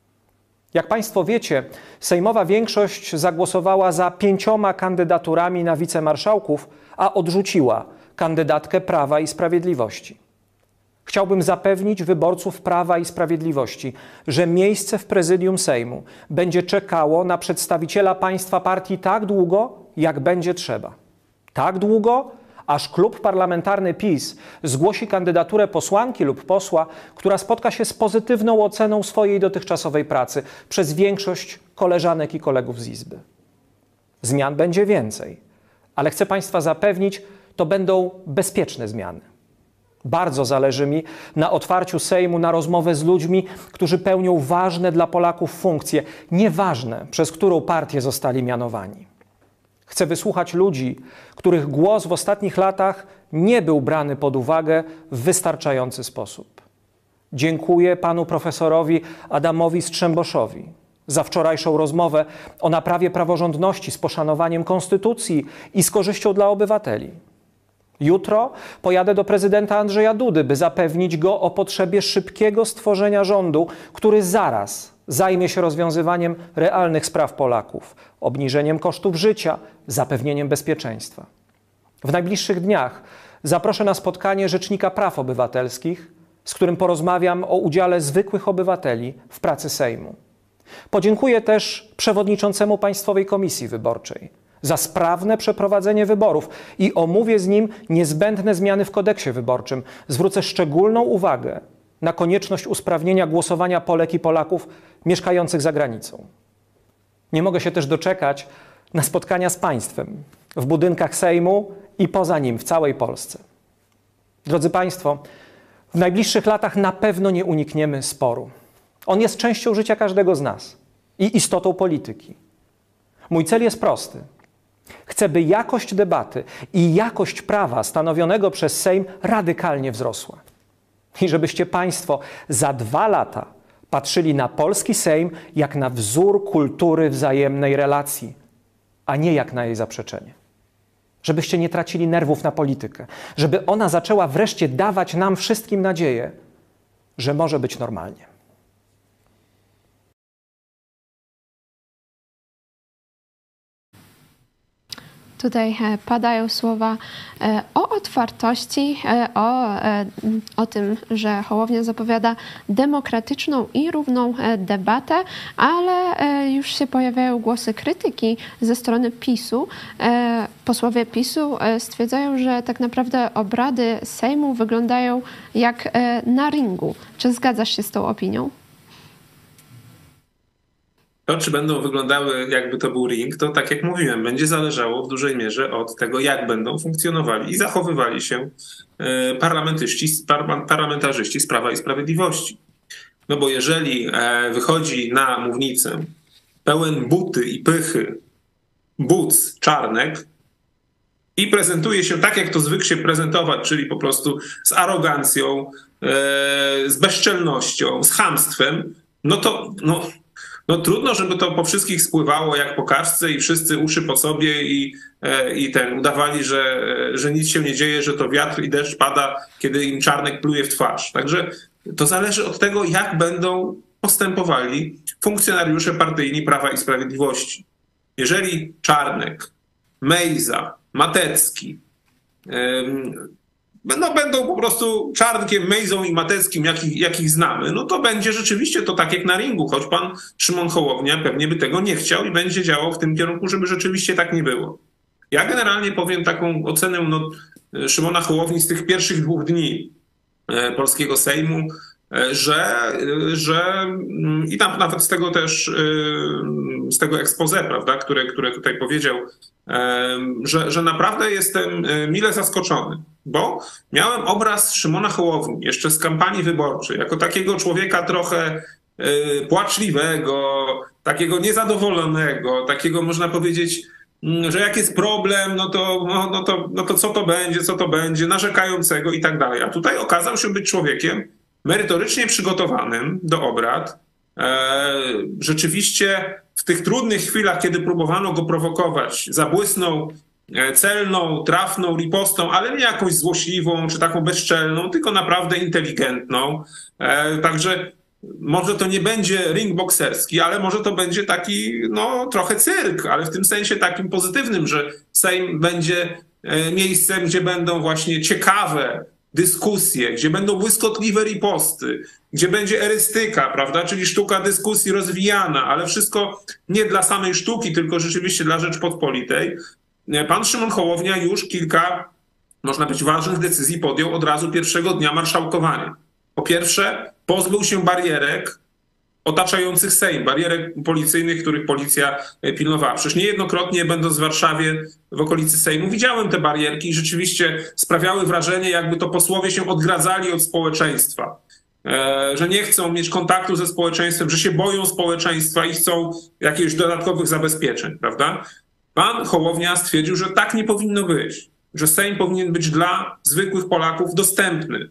Jak państwo wiecie, sejmowa większość zagłosowała za 5 kandydaturami na wicemarszałków, a odrzuciła kandydatkę Prawa i Sprawiedliwości. Chciałbym zapewnić wyborców Prawa i Sprawiedliwości, że miejsce w prezydium Sejmu będzie czekało na przedstawiciela państwa partii tak długo, jak będzie trzeba. Tak długo, aż klub parlamentarny PiS zgłosi kandydaturę posłanki lub posła, która spotka się z pozytywną oceną swojej dotychczasowej pracy przez większość koleżanek i kolegów z Izby. Zmian będzie więcej, ale chcę państwa zapewnić, to będą bezpieczne zmiany. Bardzo zależy mi na otwarciu Sejmu na rozmowę z ludźmi, którzy pełnią ważne dla Polaków funkcje, nieważne przez którą partię zostali mianowani. Chcę wysłuchać ludzi, których głos w ostatnich latach nie był brany pod uwagę w wystarczający sposób. Dziękuję panu profesorowi Adamowi Strzemboszowi za wczorajszą rozmowę o naprawie praworządności z poszanowaniem konstytucji i z korzyścią dla obywateli. Jutro pojadę do prezydenta Andrzeja Dudy, by zapewnić go o potrzebie szybkiego stworzenia rządu, który zaraz zajmie się rozwiązywaniem realnych spraw Polaków, obniżeniem kosztów życia, zapewnieniem bezpieczeństwa. W najbliższych dniach zaproszę na spotkanie Rzecznika Praw Obywatelskich, z którym porozmawiam o udziale zwykłych obywateli w pracy Sejmu. Podziękuję też przewodniczącemu Państwowej Komisji Wyborczej za sprawne przeprowadzenie wyborów i omówię z nim niezbędne zmiany w kodeksie wyborczym. Zwrócę szczególną uwagę na konieczność usprawnienia głosowania Polek i Polaków mieszkających za granicą. Nie mogę się też doczekać na spotkania z państwem w budynkach Sejmu i poza nim w całej Polsce. Drodzy Państwo, w najbliższych latach na pewno nie unikniemy sporu. On jest częścią życia każdego z nas i istotą polityki. Mój cel jest prosty. Chcę, by jakość debaty i jakość prawa stanowionego przez Sejm radykalnie wzrosła. I żebyście Państwo za 2 lata patrzyli na polski Sejm jak na wzór kultury wzajemnej relacji, a nie jak na jej zaprzeczenie. Żebyście nie tracili nerwów na politykę, żeby ona zaczęła wreszcie dawać nam wszystkim nadzieję, że może być normalnie. Tutaj padają słowa o otwartości, o tym, że Hołownia zapowiada demokratyczną i równą debatę, ale już się pojawiają głosy krytyki ze strony PiS-u. Posłowie PiS-u stwierdzają, że tak naprawdę obrady Sejmu wyglądają jak na ringu. Czy zgadzasz się z tą opinią? To, czy będą wyglądały, jakby to był ring, to tak jak mówiłem, będzie zależało w dużej mierze od tego, jak będą funkcjonowali i zachowywali się parlamentarzyści z Prawa i Sprawiedliwości. No bo jeżeli wychodzi na mównicę pełen buty i pychy buc Czarnek i prezentuje się tak, jak to zwykł się prezentować, czyli po prostu z arogancją, z bezczelnością, z chamstwem, no trudno, żeby to po wszystkich spływało jak po kaszce i wszyscy uszy po sobie i udawali, że nic się nie dzieje, że to wiatr i deszcz pada, kiedy im Czarnek pluje w twarz. Także to zależy od tego, jak będą postępowali funkcjonariusze partyjni Prawa i Sprawiedliwości. Jeżeli Czarnek, Mejza, Matecki będą po prostu Czarnkiem, Mejzą i Mateckim, jakich znamy, no to będzie rzeczywiście to tak jak na ringu, choć pan Szymon Hołownia pewnie by tego nie chciał i będzie działał w tym kierunku, żeby rzeczywiście tak nie było. Ja generalnie powiem taką ocenę Szymona Hołowni z tych pierwszych 2 dni polskiego Sejmu. że i tam nawet z tego też, z tego expose, prawda, które tutaj powiedział, że naprawdę jestem mile zaskoczony, bo miałem obraz Szymona Hołowni jeszcze z kampanii wyborczej, jako takiego człowieka trochę płaczliwego, takiego niezadowolonego, takiego można powiedzieć, że jak jest problem, no to co to będzie, narzekającego i tak dalej. A tutaj okazał się być człowiekiem merytorycznie przygotowanym do obrad. Rzeczywiście w tych trudnych chwilach, kiedy próbowano go prowokować, zabłysnął celną, trafną ripostą, ale nie jakąś złośliwą czy taką bezczelną, tylko naprawdę inteligentną. Także może to nie będzie ring bokserski, ale może to będzie taki trochę cyrk, ale w tym sensie takim pozytywnym, że Sejm będzie miejscem, gdzie będą właśnie ciekawe dyskusje, gdzie będą błyskotliwe riposty, gdzie będzie erystyka, prawda, czyli sztuka dyskusji rozwijana, ale wszystko nie dla samej sztuki, tylko rzeczywiście dla Rzeczpospolitej. Pan Szymon Hołownia już kilka, można powiedzieć, ważnych decyzji podjął od razu pierwszego dnia marszałkowania. Po pierwsze, pozbył się barierek otaczających Sejm, barierek policyjnych, których policja pilnowała. Przecież niejednokrotnie, będąc w Warszawie, w okolicy Sejmu, widziałem te barierki i rzeczywiście sprawiały wrażenie, jakby to posłowie się odgradzali od społeczeństwa, że nie chcą mieć kontaktu ze społeczeństwem, że się boją społeczeństwa i chcą jakichś dodatkowych zabezpieczeń, prawda? Pan Hołownia stwierdził, że tak nie powinno być, że Sejm powinien być dla zwykłych Polaków dostępny,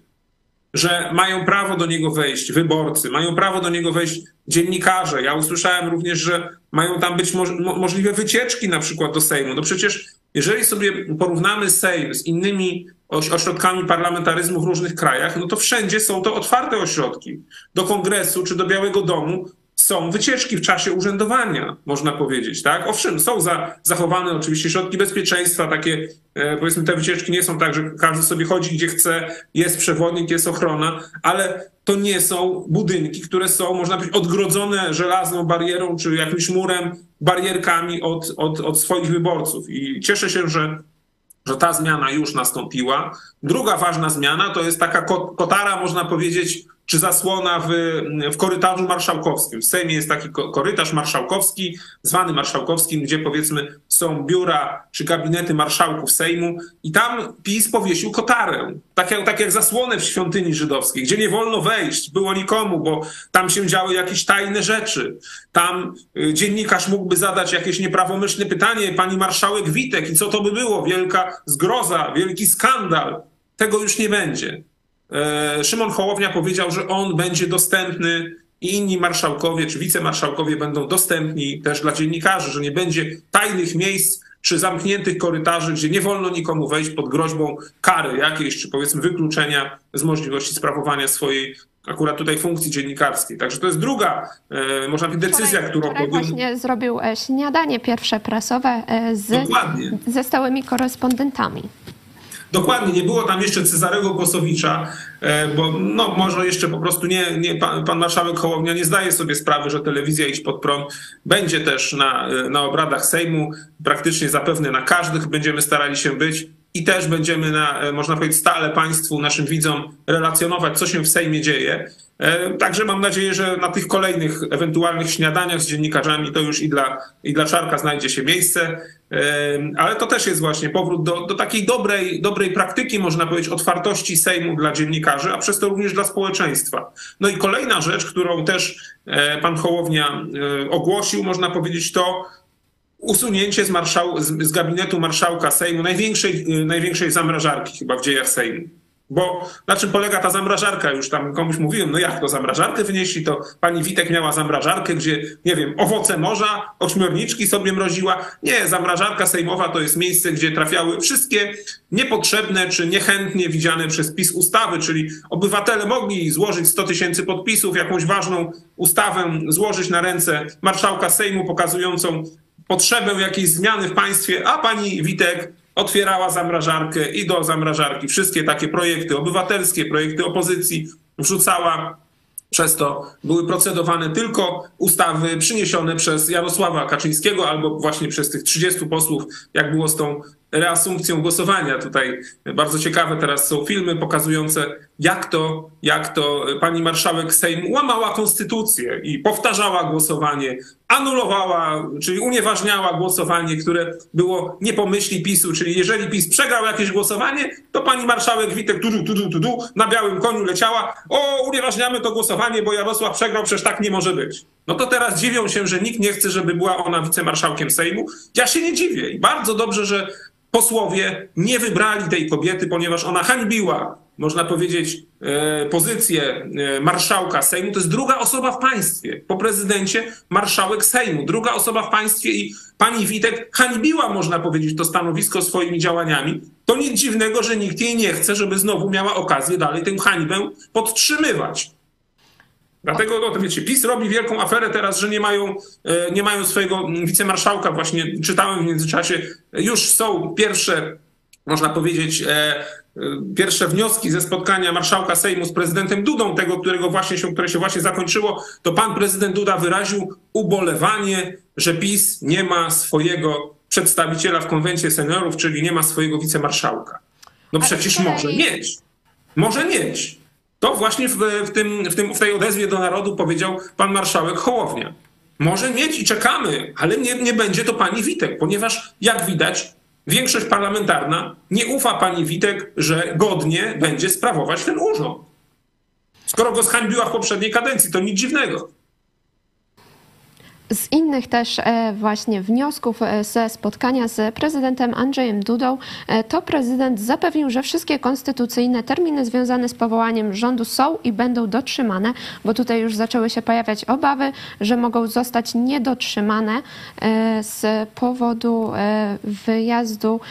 że mają prawo do niego wejść wyborcy, mają prawo do niego wejść dziennikarze. Ja usłyszałem również, że mają tam być możliwe wycieczki na przykład do Sejmu. No przecież jeżeli sobie porównamy Sejm z innymi ośrodkami parlamentaryzmu w różnych krajach, no to wszędzie są to otwarte ośrodki. Do Kongresu czy do Białego Domu są wycieczki w czasie urzędowania, można powiedzieć, tak? Owszem, są zachowane oczywiście środki bezpieczeństwa, takie, powiedzmy, te wycieczki nie są tak, że każdy sobie chodzi gdzie chce, jest przewodnik, jest ochrona, ale to nie są budynki, które są, można powiedzieć, odgrodzone żelazną barierą czy jakimś murem, barierkami od swoich wyborców. I cieszę się, że ta zmiana już nastąpiła. Druga ważna zmiana to jest taka kotara, można powiedzieć, czy zasłona w korytarzu marszałkowskim. W Sejmie jest taki korytarz marszałkowski, zwany marszałkowskim, gdzie powiedzmy są biura czy gabinety marszałków Sejmu i tam PiS powiesił kotarę, tak jak zasłonę w świątyni żydowskiej, gdzie nie wolno wejść było nikomu, bo tam się działy jakieś tajne rzeczy. Tam dziennikarz mógłby zadać jakieś nieprawomyślne pytanie, pani marszałek Witek, i co to by było? Wielka zgroza, wielki skandal. Tego już nie będzie. Szymon Hołownia powiedział, że on będzie dostępny i inni marszałkowie czy wicemarszałkowie będą dostępni też dla dziennikarzy, że nie będzie tajnych miejsc czy zamkniętych korytarzy, gdzie nie wolno nikomu wejść pod groźbą kary jakiejś, czy powiedzmy wykluczenia z możliwości sprawowania swojej akurat tutaj funkcji dziennikarskiej. Także to jest druga, można powiedzieć, decyzja, którą podjął. Właśnie zrobił śniadanie pierwsze prasowe ze stałymi korespondentami. Dokładnie, nie było tam jeszcze Cezarego Głosowicza, bo może jeszcze po prostu pan marszałek Hołownia nie zdaje sobie sprawy, że telewizja Idź Pod Prąd będzie też na obradach Sejmu, praktycznie zapewne na każdych będziemy starali się być i też będziemy, można powiedzieć, stale państwu, naszym widzom relacjonować, co się w Sejmie dzieje. Także mam nadzieję, że na tych kolejnych ewentualnych śniadaniach z dziennikarzami to już i dla Czarka znajdzie się miejsce. Ale to też jest właśnie powrót do takiej dobrej praktyki, można powiedzieć, otwartości Sejmu dla dziennikarzy, a przez to również dla społeczeństwa. No i kolejna rzecz, którą też pan Hołownia ogłosił, można powiedzieć, to usunięcie z gabinetu marszałka Sejmu największej zamrażarki chyba w dziejach Sejmu. Bo na czym polega ta zamrażarka? Już tam komuś mówiłem, jak to zamrażarkę wynieśli, to pani Witek miała zamrażarkę, gdzie, nie wiem, owoce morza, ośmiorniczki sobie mroziła. Nie, zamrażarka sejmowa to jest miejsce, gdzie trafiały wszystkie niepotrzebne czy niechętnie widziane przez PiS ustawy, czyli obywatele mogli złożyć 100 000 podpisów, jakąś ważną ustawę złożyć na ręce marszałka Sejmu pokazującą potrzebę jakiejś zmiany w państwie, a pani Witek otwierała zamrażarkę i do zamrażarki wszystkie takie projekty obywatelskie, projekty opozycji wrzucała. Przez to były procedowane tylko ustawy przyniesione przez Jarosława Kaczyńskiego albo właśnie przez tych 30 posłów, jak było z tą reasumpcją głosowania. Tutaj bardzo ciekawe teraz są filmy pokazujące, jak to pani marszałek Sejmu łamała konstytucję i powtarzała głosowanie, anulowała, czyli unieważniała głosowanie, które było nie po myśli PiS-u, czyli jeżeli PiS przegrał jakieś głosowanie, to pani marszałek Witek na białym koniu leciała, unieważniamy to głosowanie, bo Jarosław przegrał, przecież tak nie może być. No to teraz dziwią się, że nikt nie chce, żeby była ona wicemarszałkiem Sejmu. Ja się nie dziwię i bardzo dobrze, że posłowie nie wybrali tej kobiety, ponieważ ona hańbiła, można powiedzieć, pozycję marszałka Sejmu. To jest druga osoba w państwie. Po prezydencie marszałek Sejmu. Druga osoba w państwie i pani Witek hańbiła, można powiedzieć, to stanowisko swoimi działaniami. To nic dziwnego, że nikt jej nie chce, żeby znowu miała okazję dalej tę hańbę podtrzymywać. Dlatego, no, wiecie, PiS robi wielką aferę teraz, że nie mają swojego wicemarszałka. Właśnie czytałem w międzyczasie, już są pierwsze, można powiedzieć, pierwsze wnioski ze spotkania marszałka Sejmu z prezydentem Dudą, które się właśnie zakończyło, to pan prezydent Duda wyraził ubolewanie, że PiS nie ma swojego przedstawiciela w konwencie seniorów, czyli nie ma swojego wicemarszałka. No przecież może mieć. Może mieć. To właśnie w tej odezwie do narodu powiedział pan marszałek Hołownia. Może mieć i czekamy, ale nie będzie to pani Witek, ponieważ jak widać większość parlamentarna nie ufa pani Witek, że godnie będzie sprawować ten urząd. Skoro go zhańbiła w poprzedniej kadencji, to nic dziwnego. Z innych też właśnie wniosków ze spotkania z prezydentem Andrzejem Dudą, to prezydent zapewnił, że wszystkie konstytucyjne terminy związane z powołaniem rządu są i będą dotrzymane, bo tutaj już zaczęły się pojawiać obawy, że mogą zostać niedotrzymane z powodu wyjazdu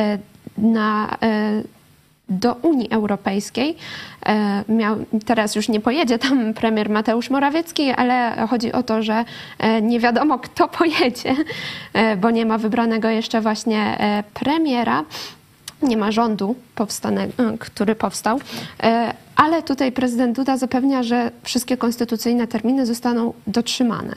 do Unii Europejskiej. Teraz już nie pojedzie tam premier Mateusz Morawiecki, ale chodzi o to, że nie wiadomo, kto pojedzie, bo nie ma wybranego jeszcze właśnie premiera, nie ma rządu który powstał, ale tutaj prezydent Duda zapewnia, że wszystkie konstytucyjne terminy zostaną dotrzymane.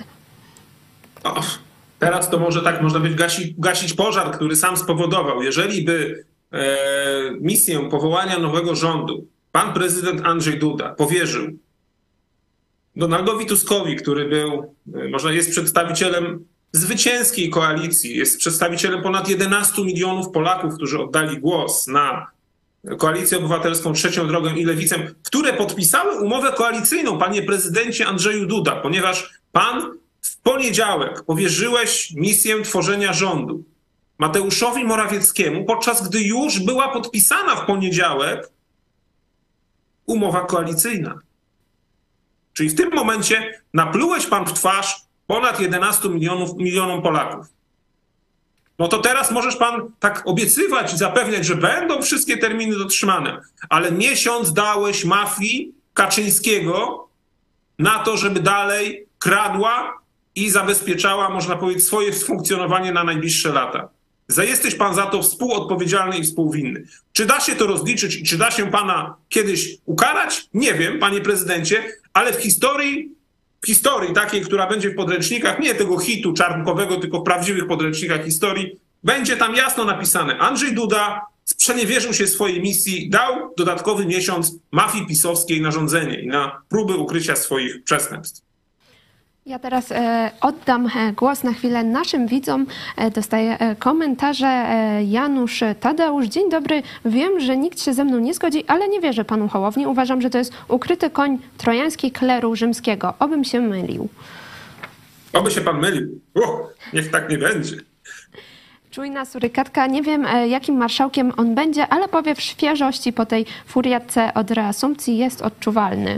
Teraz to może tak, można gasić pożar, który sam spowodował. Jeżeli by misję powołania nowego rządu pan prezydent Andrzej Duda powierzył Donaldowi Tuskowi, który jest przedstawicielem zwycięskiej koalicji, jest przedstawicielem ponad 11 milionów Polaków, którzy oddali głos na Koalicję Obywatelską, Trzecią Drogę i Lewicę, które podpisały umowę koalicyjną, panie prezydencie Andrzeju Duda, ponieważ pan w poniedziałek powierzyłeś misję tworzenia rządu Mateuszowi Morawieckiemu, podczas gdy już była podpisana w poniedziałek umowa koalicyjna. Czyli w tym momencie naplułeś pan w twarz ponad 11 milionom Polaków. No to teraz możesz pan tak obiecywać i zapewniać, że będą wszystkie terminy dotrzymane, ale miesiąc dałeś mafii Kaczyńskiego na to, żeby dalej kradła i zabezpieczała, można powiedzieć, swoje funkcjonowanie na najbliższe lata. Jesteś pan za to współodpowiedzialny i współwinny. Czy da się to rozliczyć i czy da się pana kiedyś ukarać? Nie wiem, panie prezydencie, ale w historii takiej, która będzie w podręcznikach, nie tego hitu czarnkowego, tylko w prawdziwych podręcznikach historii, będzie tam jasno napisane: Andrzej Duda sprzeniewierzył się swojej misji, dał dodatkowy miesiąc mafii pisowskiej na rządzenie i na próby ukrycia swoich przestępstw. Ja teraz oddam głos na chwilę naszym widzom. Dostaję komentarze. Janusz Tadeusz. Dzień dobry. Wiem, że nikt się ze mną nie zgodzi, ale nie wierzę panu Hołowni. Uważam, że to jest ukryty koń trojański kleru rzymskiego. Obym się mylił. Oby się pan mylił. Niech tak nie będzie. Czujna surykatka. Nie wiem, jakim marszałkiem on będzie, ale powiew świeżości po tej furiatce od reasumpcji jest odczuwalny.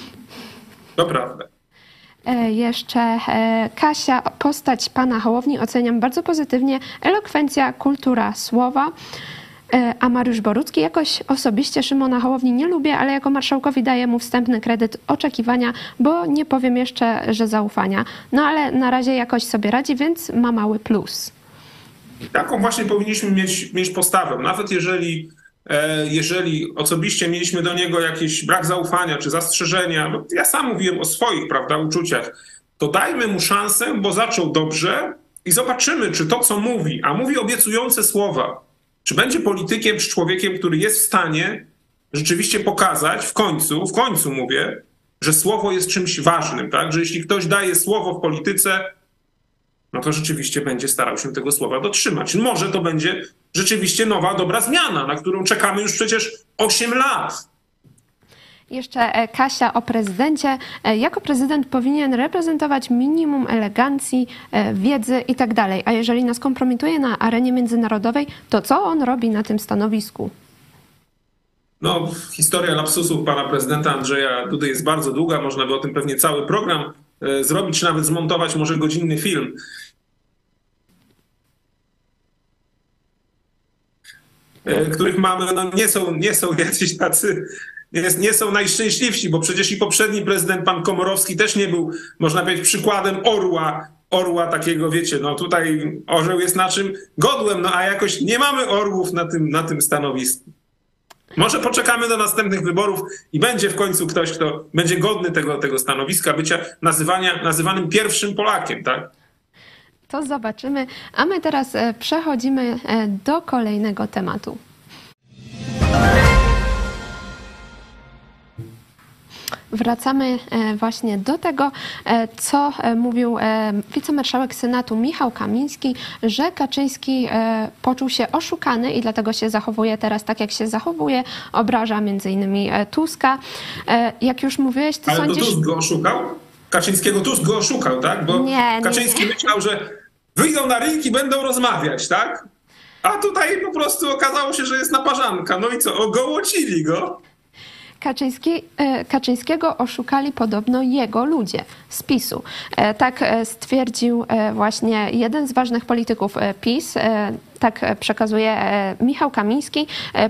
To prawda. Jeszcze Kasia, postać pana Hołowni oceniam bardzo pozytywnie, elokwencja, kultura słowa. A Mariusz Borucki, jakoś osobiście Szymona Hołowni nie lubię, ale jako marszałkowi daję mu wstępny kredyt oczekiwania, bo nie powiem jeszcze, że zaufania. No ale na razie jakoś sobie radzi, więc ma mały plus. Taką właśnie powinniśmy mieć postawę, nawet jeżeli osobiście mieliśmy do niego jakiś brak zaufania czy zastrzeżenia, no ja sam mówiłem o swoich, prawda, uczuciach, to dajmy mu szansę, bo zaczął dobrze i zobaczymy, czy to, co mówi, a mówi obiecujące słowa, Czy będzie politykiem, czy człowiekiem, który jest w stanie rzeczywiście pokazać w końcu mówię, że słowo jest czymś ważnym, tak? Że jeśli ktoś daje słowo w polityce, no to rzeczywiście będzie starał się tego słowa dotrzymać. Może to będzie rzeczywiście nowa, dobra zmiana, na którą czekamy już przecież 8 lat. Jeszcze Kasia o prezydencie. Jako prezydent powinien reprezentować minimum elegancji, wiedzy i tak dalej. A jeżeli nas kompromituje na arenie międzynarodowej, to co on robi na tym stanowisku? No, historia lapsusów pana prezydenta Andrzeja Dudy jest bardzo długa. Można by o tym pewnie cały program zrobić, czy nawet zmontować może godzinny film. Których mamy, no nie są jacyś tacy, nie są najszczęśliwsi, bo przecież i poprzedni prezydent, pan Komorowski, też nie był, można powiedzieć, przykładem orła takiego, wiecie, no tutaj orzeł jest naszym godłem, no a jakoś nie mamy orłów na tym stanowisku. Może poczekamy do następnych wyborów i będzie w końcu ktoś, kto będzie godny tego stanowiska, bycia nazywanym pierwszym Polakiem, tak? To zobaczymy. A my teraz przechodzimy do kolejnego tematu. Wracamy właśnie do tego, co mówił wicemarszałek Senatu Michał Kamiński, że Kaczyński poczuł się oszukany i dlatego się zachowuje teraz tak, jak się zachowuje. Obraża między innymi Tuska. Jak już mówiłeś, ty sądzisz... Ale to Tusk go oszukał? Kaczyńskiego Tusk go oszukał, tak? Bo Kaczyński myślał, że wyjdą na ring i będą rozmawiać, tak? A tutaj po prostu okazało się, że jest naparzanka. No i co? Ogołocili go. Kaczyńskiego oszukali podobno jego ludzie z PiS-u. Tak stwierdził właśnie jeden z ważnych polityków PiS, tak przekazuje Michał Kamiński,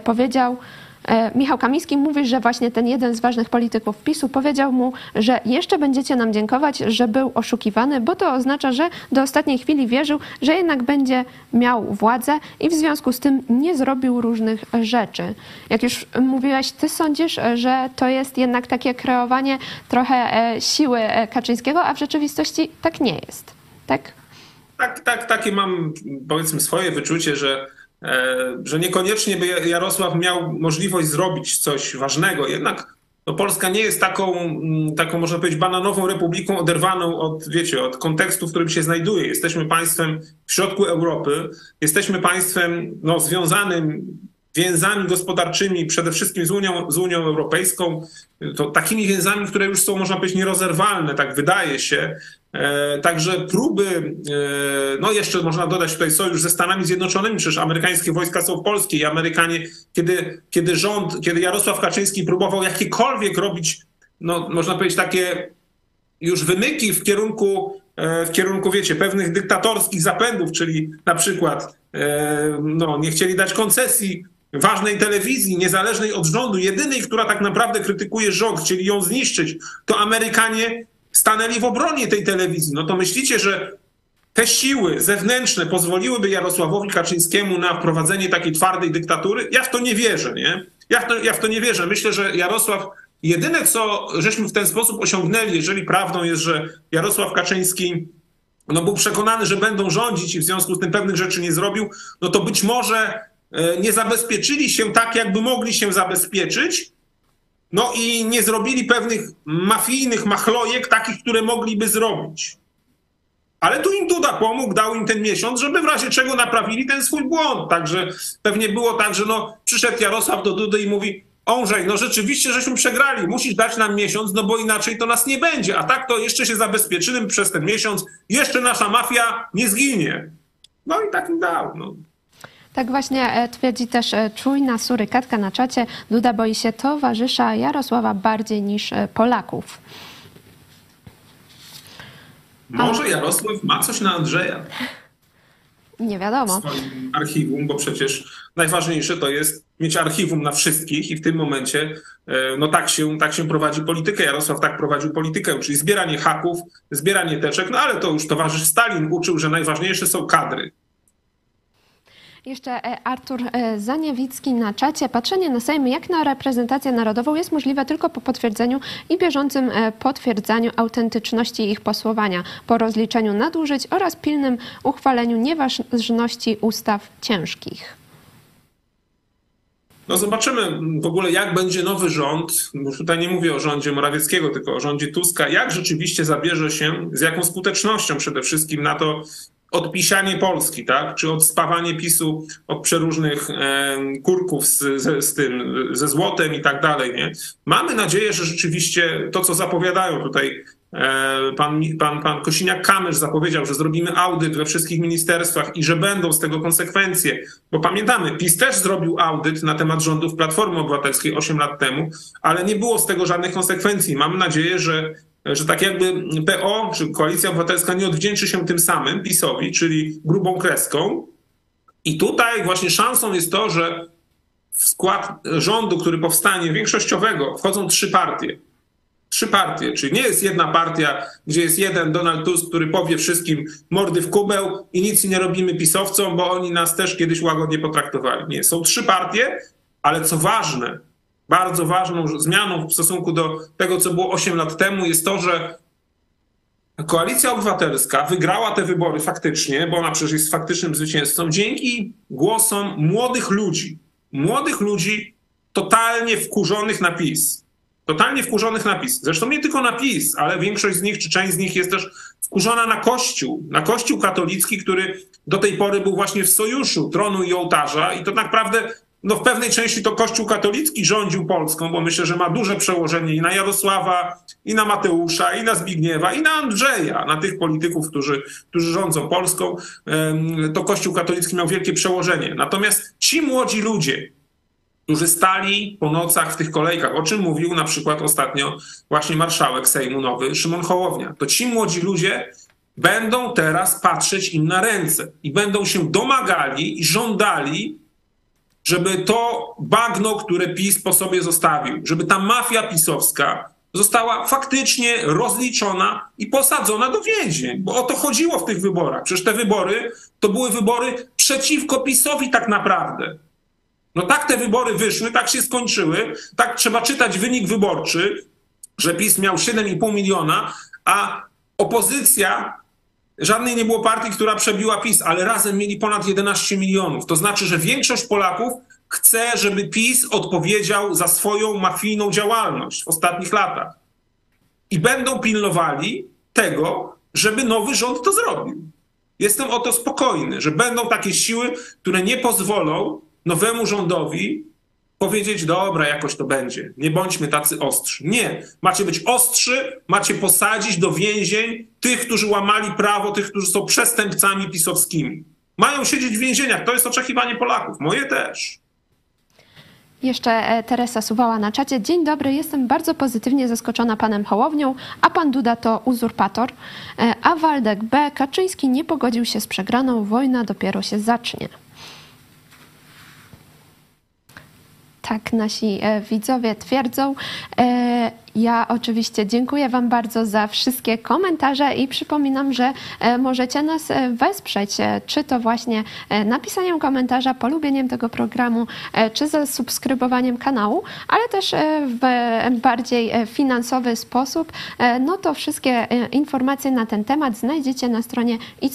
Michał Kamiński mówi, że właśnie ten jeden z ważnych polityków PiS-u powiedział mu, że jeszcze będziecie nam dziękować, że był oszukiwany, bo to oznacza, że do ostatniej chwili wierzył, że jednak będzie miał władzę i w związku z tym nie zrobił różnych rzeczy. Jak już mówiłeś, ty sądzisz, że to jest jednak takie kreowanie trochę siły Kaczyńskiego, a w rzeczywistości tak nie jest, tak? Takie mam, powiedzmy, swoje wyczucie, że niekoniecznie by Jarosław miał możliwość zrobić coś ważnego. Jednak no, Polska nie jest taką, można powiedzieć, bananową republiką oderwaną od kontekstu, w którym się znajduje. Jesteśmy państwem w środku Europy, jesteśmy państwem no, związanym więzami gospodarczymi, przede wszystkim z Unią Europejską, to takimi więzami, które już są, można powiedzieć, nierozerwalne, tak wydaje się. Także próby, no jeszcze można dodać tutaj sojusz ze Stanami Zjednoczonymi, przecież amerykańskie wojska są w Polsce i Amerykanie, kiedy Jarosław Kaczyński próbował jakiekolwiek robić, no można powiedzieć, takie już wymyki w kierunku, wiecie, pewnych dyktatorskich zapędów, czyli na przykład no, nie chcieli dać koncesji ważnej telewizji, niezależnej od rządu, jedynej, która tak naprawdę krytykuje rząd, chcieli ją zniszczyć, to Amerykanie stanęli w obronie tej telewizji. No to myślicie, że te siły zewnętrzne pozwoliłyby Jarosławowi Kaczyńskiemu na wprowadzenie takiej twardej dyktatury? Ja w to nie wierzę, nie? Ja w to nie wierzę. Myślę, że Jarosław, jedyne co żeśmy w ten sposób osiągnęli, jeżeli prawdą jest, że Jarosław Kaczyński no, był przekonany, że będą rządzić i w związku z tym pewnych rzeczy nie zrobił, no to być może nie zabezpieczyli się tak, jakby mogli się zabezpieczyć, no i nie zrobili pewnych mafijnych machlojek, takich, które mogliby zrobić. Ale tu im Duda pomógł, dał im ten miesiąc, żeby w razie czego naprawili ten swój błąd. Także pewnie było tak, że no, przyszedł Jarosław do Dudy i mówi: Andrzej, no rzeczywiście żeśmy przegrali, musisz dać nam miesiąc, no bo inaczej to nas nie będzie. A tak to jeszcze się zabezpieczymy przez ten miesiąc, jeszcze nasza mafia nie zginie. No i tak im dał. No. Tak właśnie twierdzi też czujna surykatka na czacie. Duda boi się towarzysza Jarosława bardziej niż Polaków. Może Jarosław ma coś na Andrzeja? Nie wiadomo. W swoim archiwum, bo przecież najważniejsze to jest mieć archiwum na wszystkich i w tym momencie no tak się prowadzi politykę. Jarosław tak prowadził politykę, czyli zbieranie haków, zbieranie teczek, no ale to już towarzysz Stalin uczył, że najważniejsze są kadry. Jeszcze Artur Zaniewicki na czacie. Patrzenie na Sejm jak na reprezentację narodową jest możliwe tylko po potwierdzeniu i bieżącym potwierdzaniu autentyczności ich posłowania, po rozliczeniu nadużyć oraz pilnym uchwaleniu nieważności ustaw ciężkich. No zobaczymy w ogóle, jak będzie nowy rząd, bo tutaj nie mówię o rządzie Morawieckiego, tylko o rządzie Tuska, jak rzeczywiście zabierze się, z jaką skutecznością przede wszystkim na to odpisanie Polski, tak? Czy odspawanie PiS-u od przeróżnych kurków ze złotem i tak dalej, nie? Mamy nadzieję, że rzeczywiście to, co zapowiadają tutaj pan Kosiniak-Kamysz zapowiedział, że zrobimy audyt we wszystkich ministerstwach i że będą z tego konsekwencje. Bo pamiętamy, PiS też zrobił audyt na temat rządów Platformy Obywatelskiej 8 lat temu, ale nie było z tego żadnych konsekwencji. Mamy nadzieję, że tak jakby PO czy Koalicja Obywatelska nie odwdzięczy się tym samym PiS-owi, czyli grubą kreską. I tutaj właśnie szansą jest to, że w skład rządu, który powstanie, większościowego, wchodzą 3 partie. 3 partie, czyli nie jest jedna partia, gdzie jest jeden Donald Tusk, który powie wszystkim mordy w kubeł i nic nie robimy pisowcom, bo oni nas też kiedyś łagodnie potraktowali. Nie, są 3 partie, ale co ważne, bardzo ważną zmianą w stosunku do tego, co było 8 lat temu, jest to, że Koalicja Obywatelska wygrała te wybory faktycznie, bo ona przecież jest faktycznym zwycięzcą, dzięki głosom młodych ludzi totalnie wkurzonych na PiS. Totalnie wkurzonych na PiS. Zresztą nie tylko na PiS, ale większość z nich, czy część z nich jest też wkurzona na Kościół katolicki, który do tej pory był właśnie w sojuszu tronu i ołtarza i to naprawdę w pewnej części to Kościół katolicki rządził Polską, bo myślę, że ma duże przełożenie i na Jarosława, i na Mateusza, i na Zbigniewa, i na Andrzeja, na tych polityków, którzy rządzą Polską. To Kościół katolicki miał wielkie przełożenie. Natomiast ci młodzi ludzie, którzy stali po nocach w tych kolejkach, o czym mówił na przykład ostatnio właśnie marszałek Sejmu nowy Szymon Hołownia, to ci młodzi ludzie będą teraz patrzeć im na ręce i będą się domagali i żądali, żeby to bagno, które PiS po sobie zostawił, żeby ta mafia pisowska została faktycznie rozliczona i posadzona do więzień, bo o to chodziło w tych wyborach. Przecież te wybory to były wybory przeciwko PiS-owi tak naprawdę. No tak te wybory wyszły, tak się skończyły, tak trzeba czytać wynik wyborczy, że PiS miał 7,5 miliona, a opozycja, żadnej nie było partii, która przebiła PiS, ale razem mieli ponad 11 milionów. To znaczy, że większość Polaków chce, żeby PiS odpowiedział za swoją mafijną działalność w ostatnich latach. I będą pilnowali tego, żeby nowy rząd to zrobił. Jestem o to spokojny, że będą takie siły, które nie pozwolą nowemu rządowi powiedzieć, dobra, jakoś to będzie. Nie bądźmy tacy ostrzy. Nie. Macie być ostrzy, macie posadzić do więzień tych, którzy łamali prawo, tych, którzy są przestępcami pisowskimi. Mają siedzieć w więzieniach. To jest oczekiwanie Polaków. Moje też. Jeszcze Teresa Suwała na czacie. Dzień dobry, jestem bardzo pozytywnie zaskoczona panem Hołownią, a pan Duda to uzurpator. A Waldek B. Kaczyński nie pogodził się z przegraną, wojna dopiero się zacznie. Tak nasi widzowie twierdzą. Ja oczywiście dziękuję wam bardzo za wszystkie komentarze i przypominam, że możecie nas wesprzeć, czy to właśnie napisaniem komentarza, polubieniem tego programu, czy zasubskrybowaniem kanału, ale też w bardziej finansowy sposób. No to wszystkie informacje na ten temat znajdziecie na stronie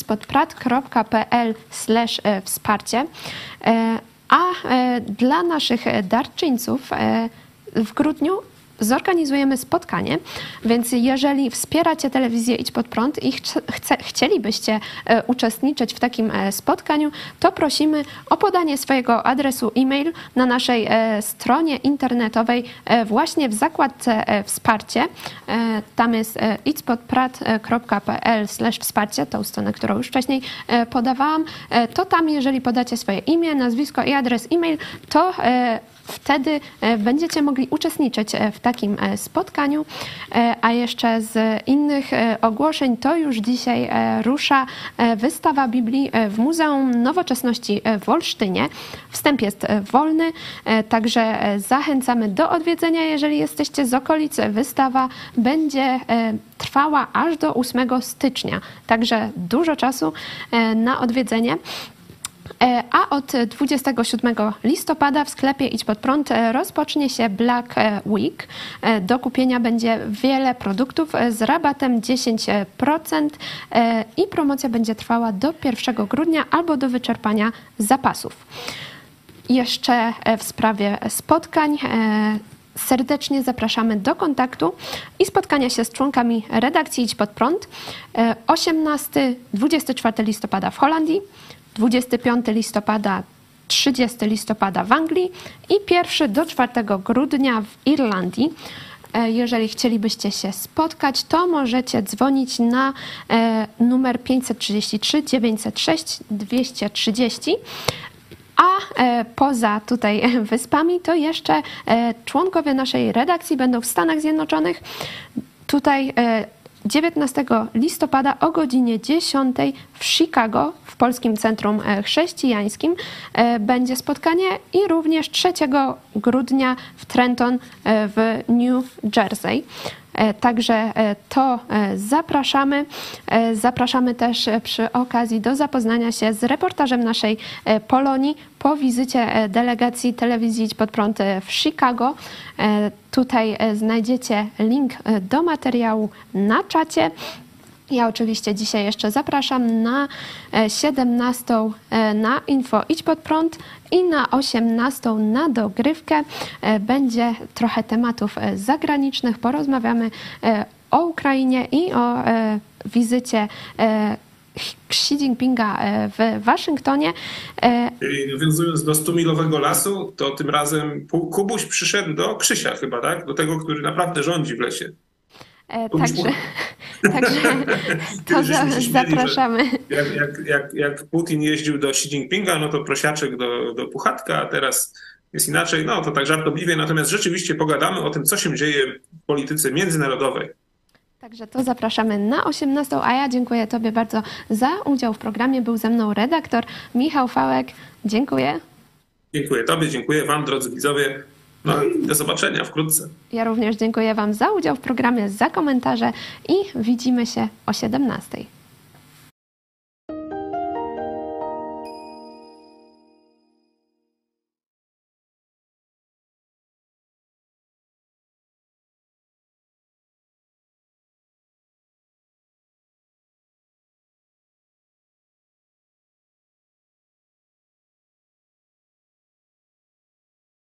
idźspodprat.pl/wsparcie. A dla naszych darczyńców w grudniu zorganizujemy spotkanie, więc jeżeli wspieracie telewizję Idź Pod Prąd i chcielibyście uczestniczyć w takim spotkaniu, to prosimy o podanie swojego adresu e-mail na naszej stronie internetowej właśnie w zakładce wsparcie. Tam jest idźspodprat.pl/wsparcie, tą stronę, którą już wcześniej podawałam. To tam, jeżeli podacie swoje imię, nazwisko i adres e-mail, to wtedy będziecie mogli uczestniczyć w takim spotkaniu. A jeszcze z innych ogłoszeń, to już dzisiaj rusza wystawa Biblii w Muzeum Nowoczesności w Olsztynie. Wstęp jest wolny, także zachęcamy do odwiedzenia, jeżeli jesteście z okolicy. Wystawa będzie trwała aż do 8 stycznia, także dużo czasu na odwiedzenie. A od 27 listopada w sklepie Idź Pod Prąd rozpocznie się Black Week. Do kupienia będzie wiele produktów z rabatem 10% i promocja będzie trwała do 1 grudnia albo do wyczerpania zapasów. Jeszcze w sprawie spotkań serdecznie zapraszamy do kontaktu i spotkania się z członkami redakcji Idź Pod Prąd 18-24 listopada w Holandii, 25 listopada 30 listopada w Anglii i 1 do 4 grudnia w Irlandii. Jeżeli chcielibyście się spotkać, to możecie dzwonić na numer 533 906 230. A poza tutaj wyspami, to jeszcze członkowie naszej redakcji będą w Stanach Zjednoczonych. Tutaj 19 listopada o godzinie 10 w Chicago, w Polskim Centrum Chrześcijańskim, będzie spotkanie i również 3 grudnia w Trenton w New Jersey. Także to zapraszamy. Zapraszamy też przy okazji do zapoznania się z reportażem naszej Polonii po wizycie delegacji telewizji Idź Pod Prąd w Chicago. Tutaj znajdziecie link do materiału na czacie. Ja oczywiście dzisiaj jeszcze zapraszam na 17 na info Idź Pod Prąd i na 18 na dogrywkę. Będzie trochę tematów zagranicznych. Porozmawiamy o Ukrainie i o wizycie Xi Jinpinga w Waszyngtonie. Czyli nawiązując do 100-milowego lasu, to tym razem Kubuś przyszedł do Krzysia chyba, tak? Do tego, który naprawdę rządzi w lesie. Także to zapraszamy. Jak Putin jeździł do Xi Jinpinga, no to prosiaczek do Puchatka, a teraz jest inaczej. No to tak żartobliwie, natomiast rzeczywiście pogadamy o tym, co się dzieje w polityce międzynarodowej. Także to zapraszamy na 18, a ja dziękuję Tobie bardzo za udział w programie. Był ze mną redaktor Michał Fałek. Dziękuję. Dziękuję Tobie, dziękuję Wam, drodzy widzowie. No i do zobaczenia wkrótce. Ja również dziękuję Wam za udział w programie, za komentarze i widzimy się o 17.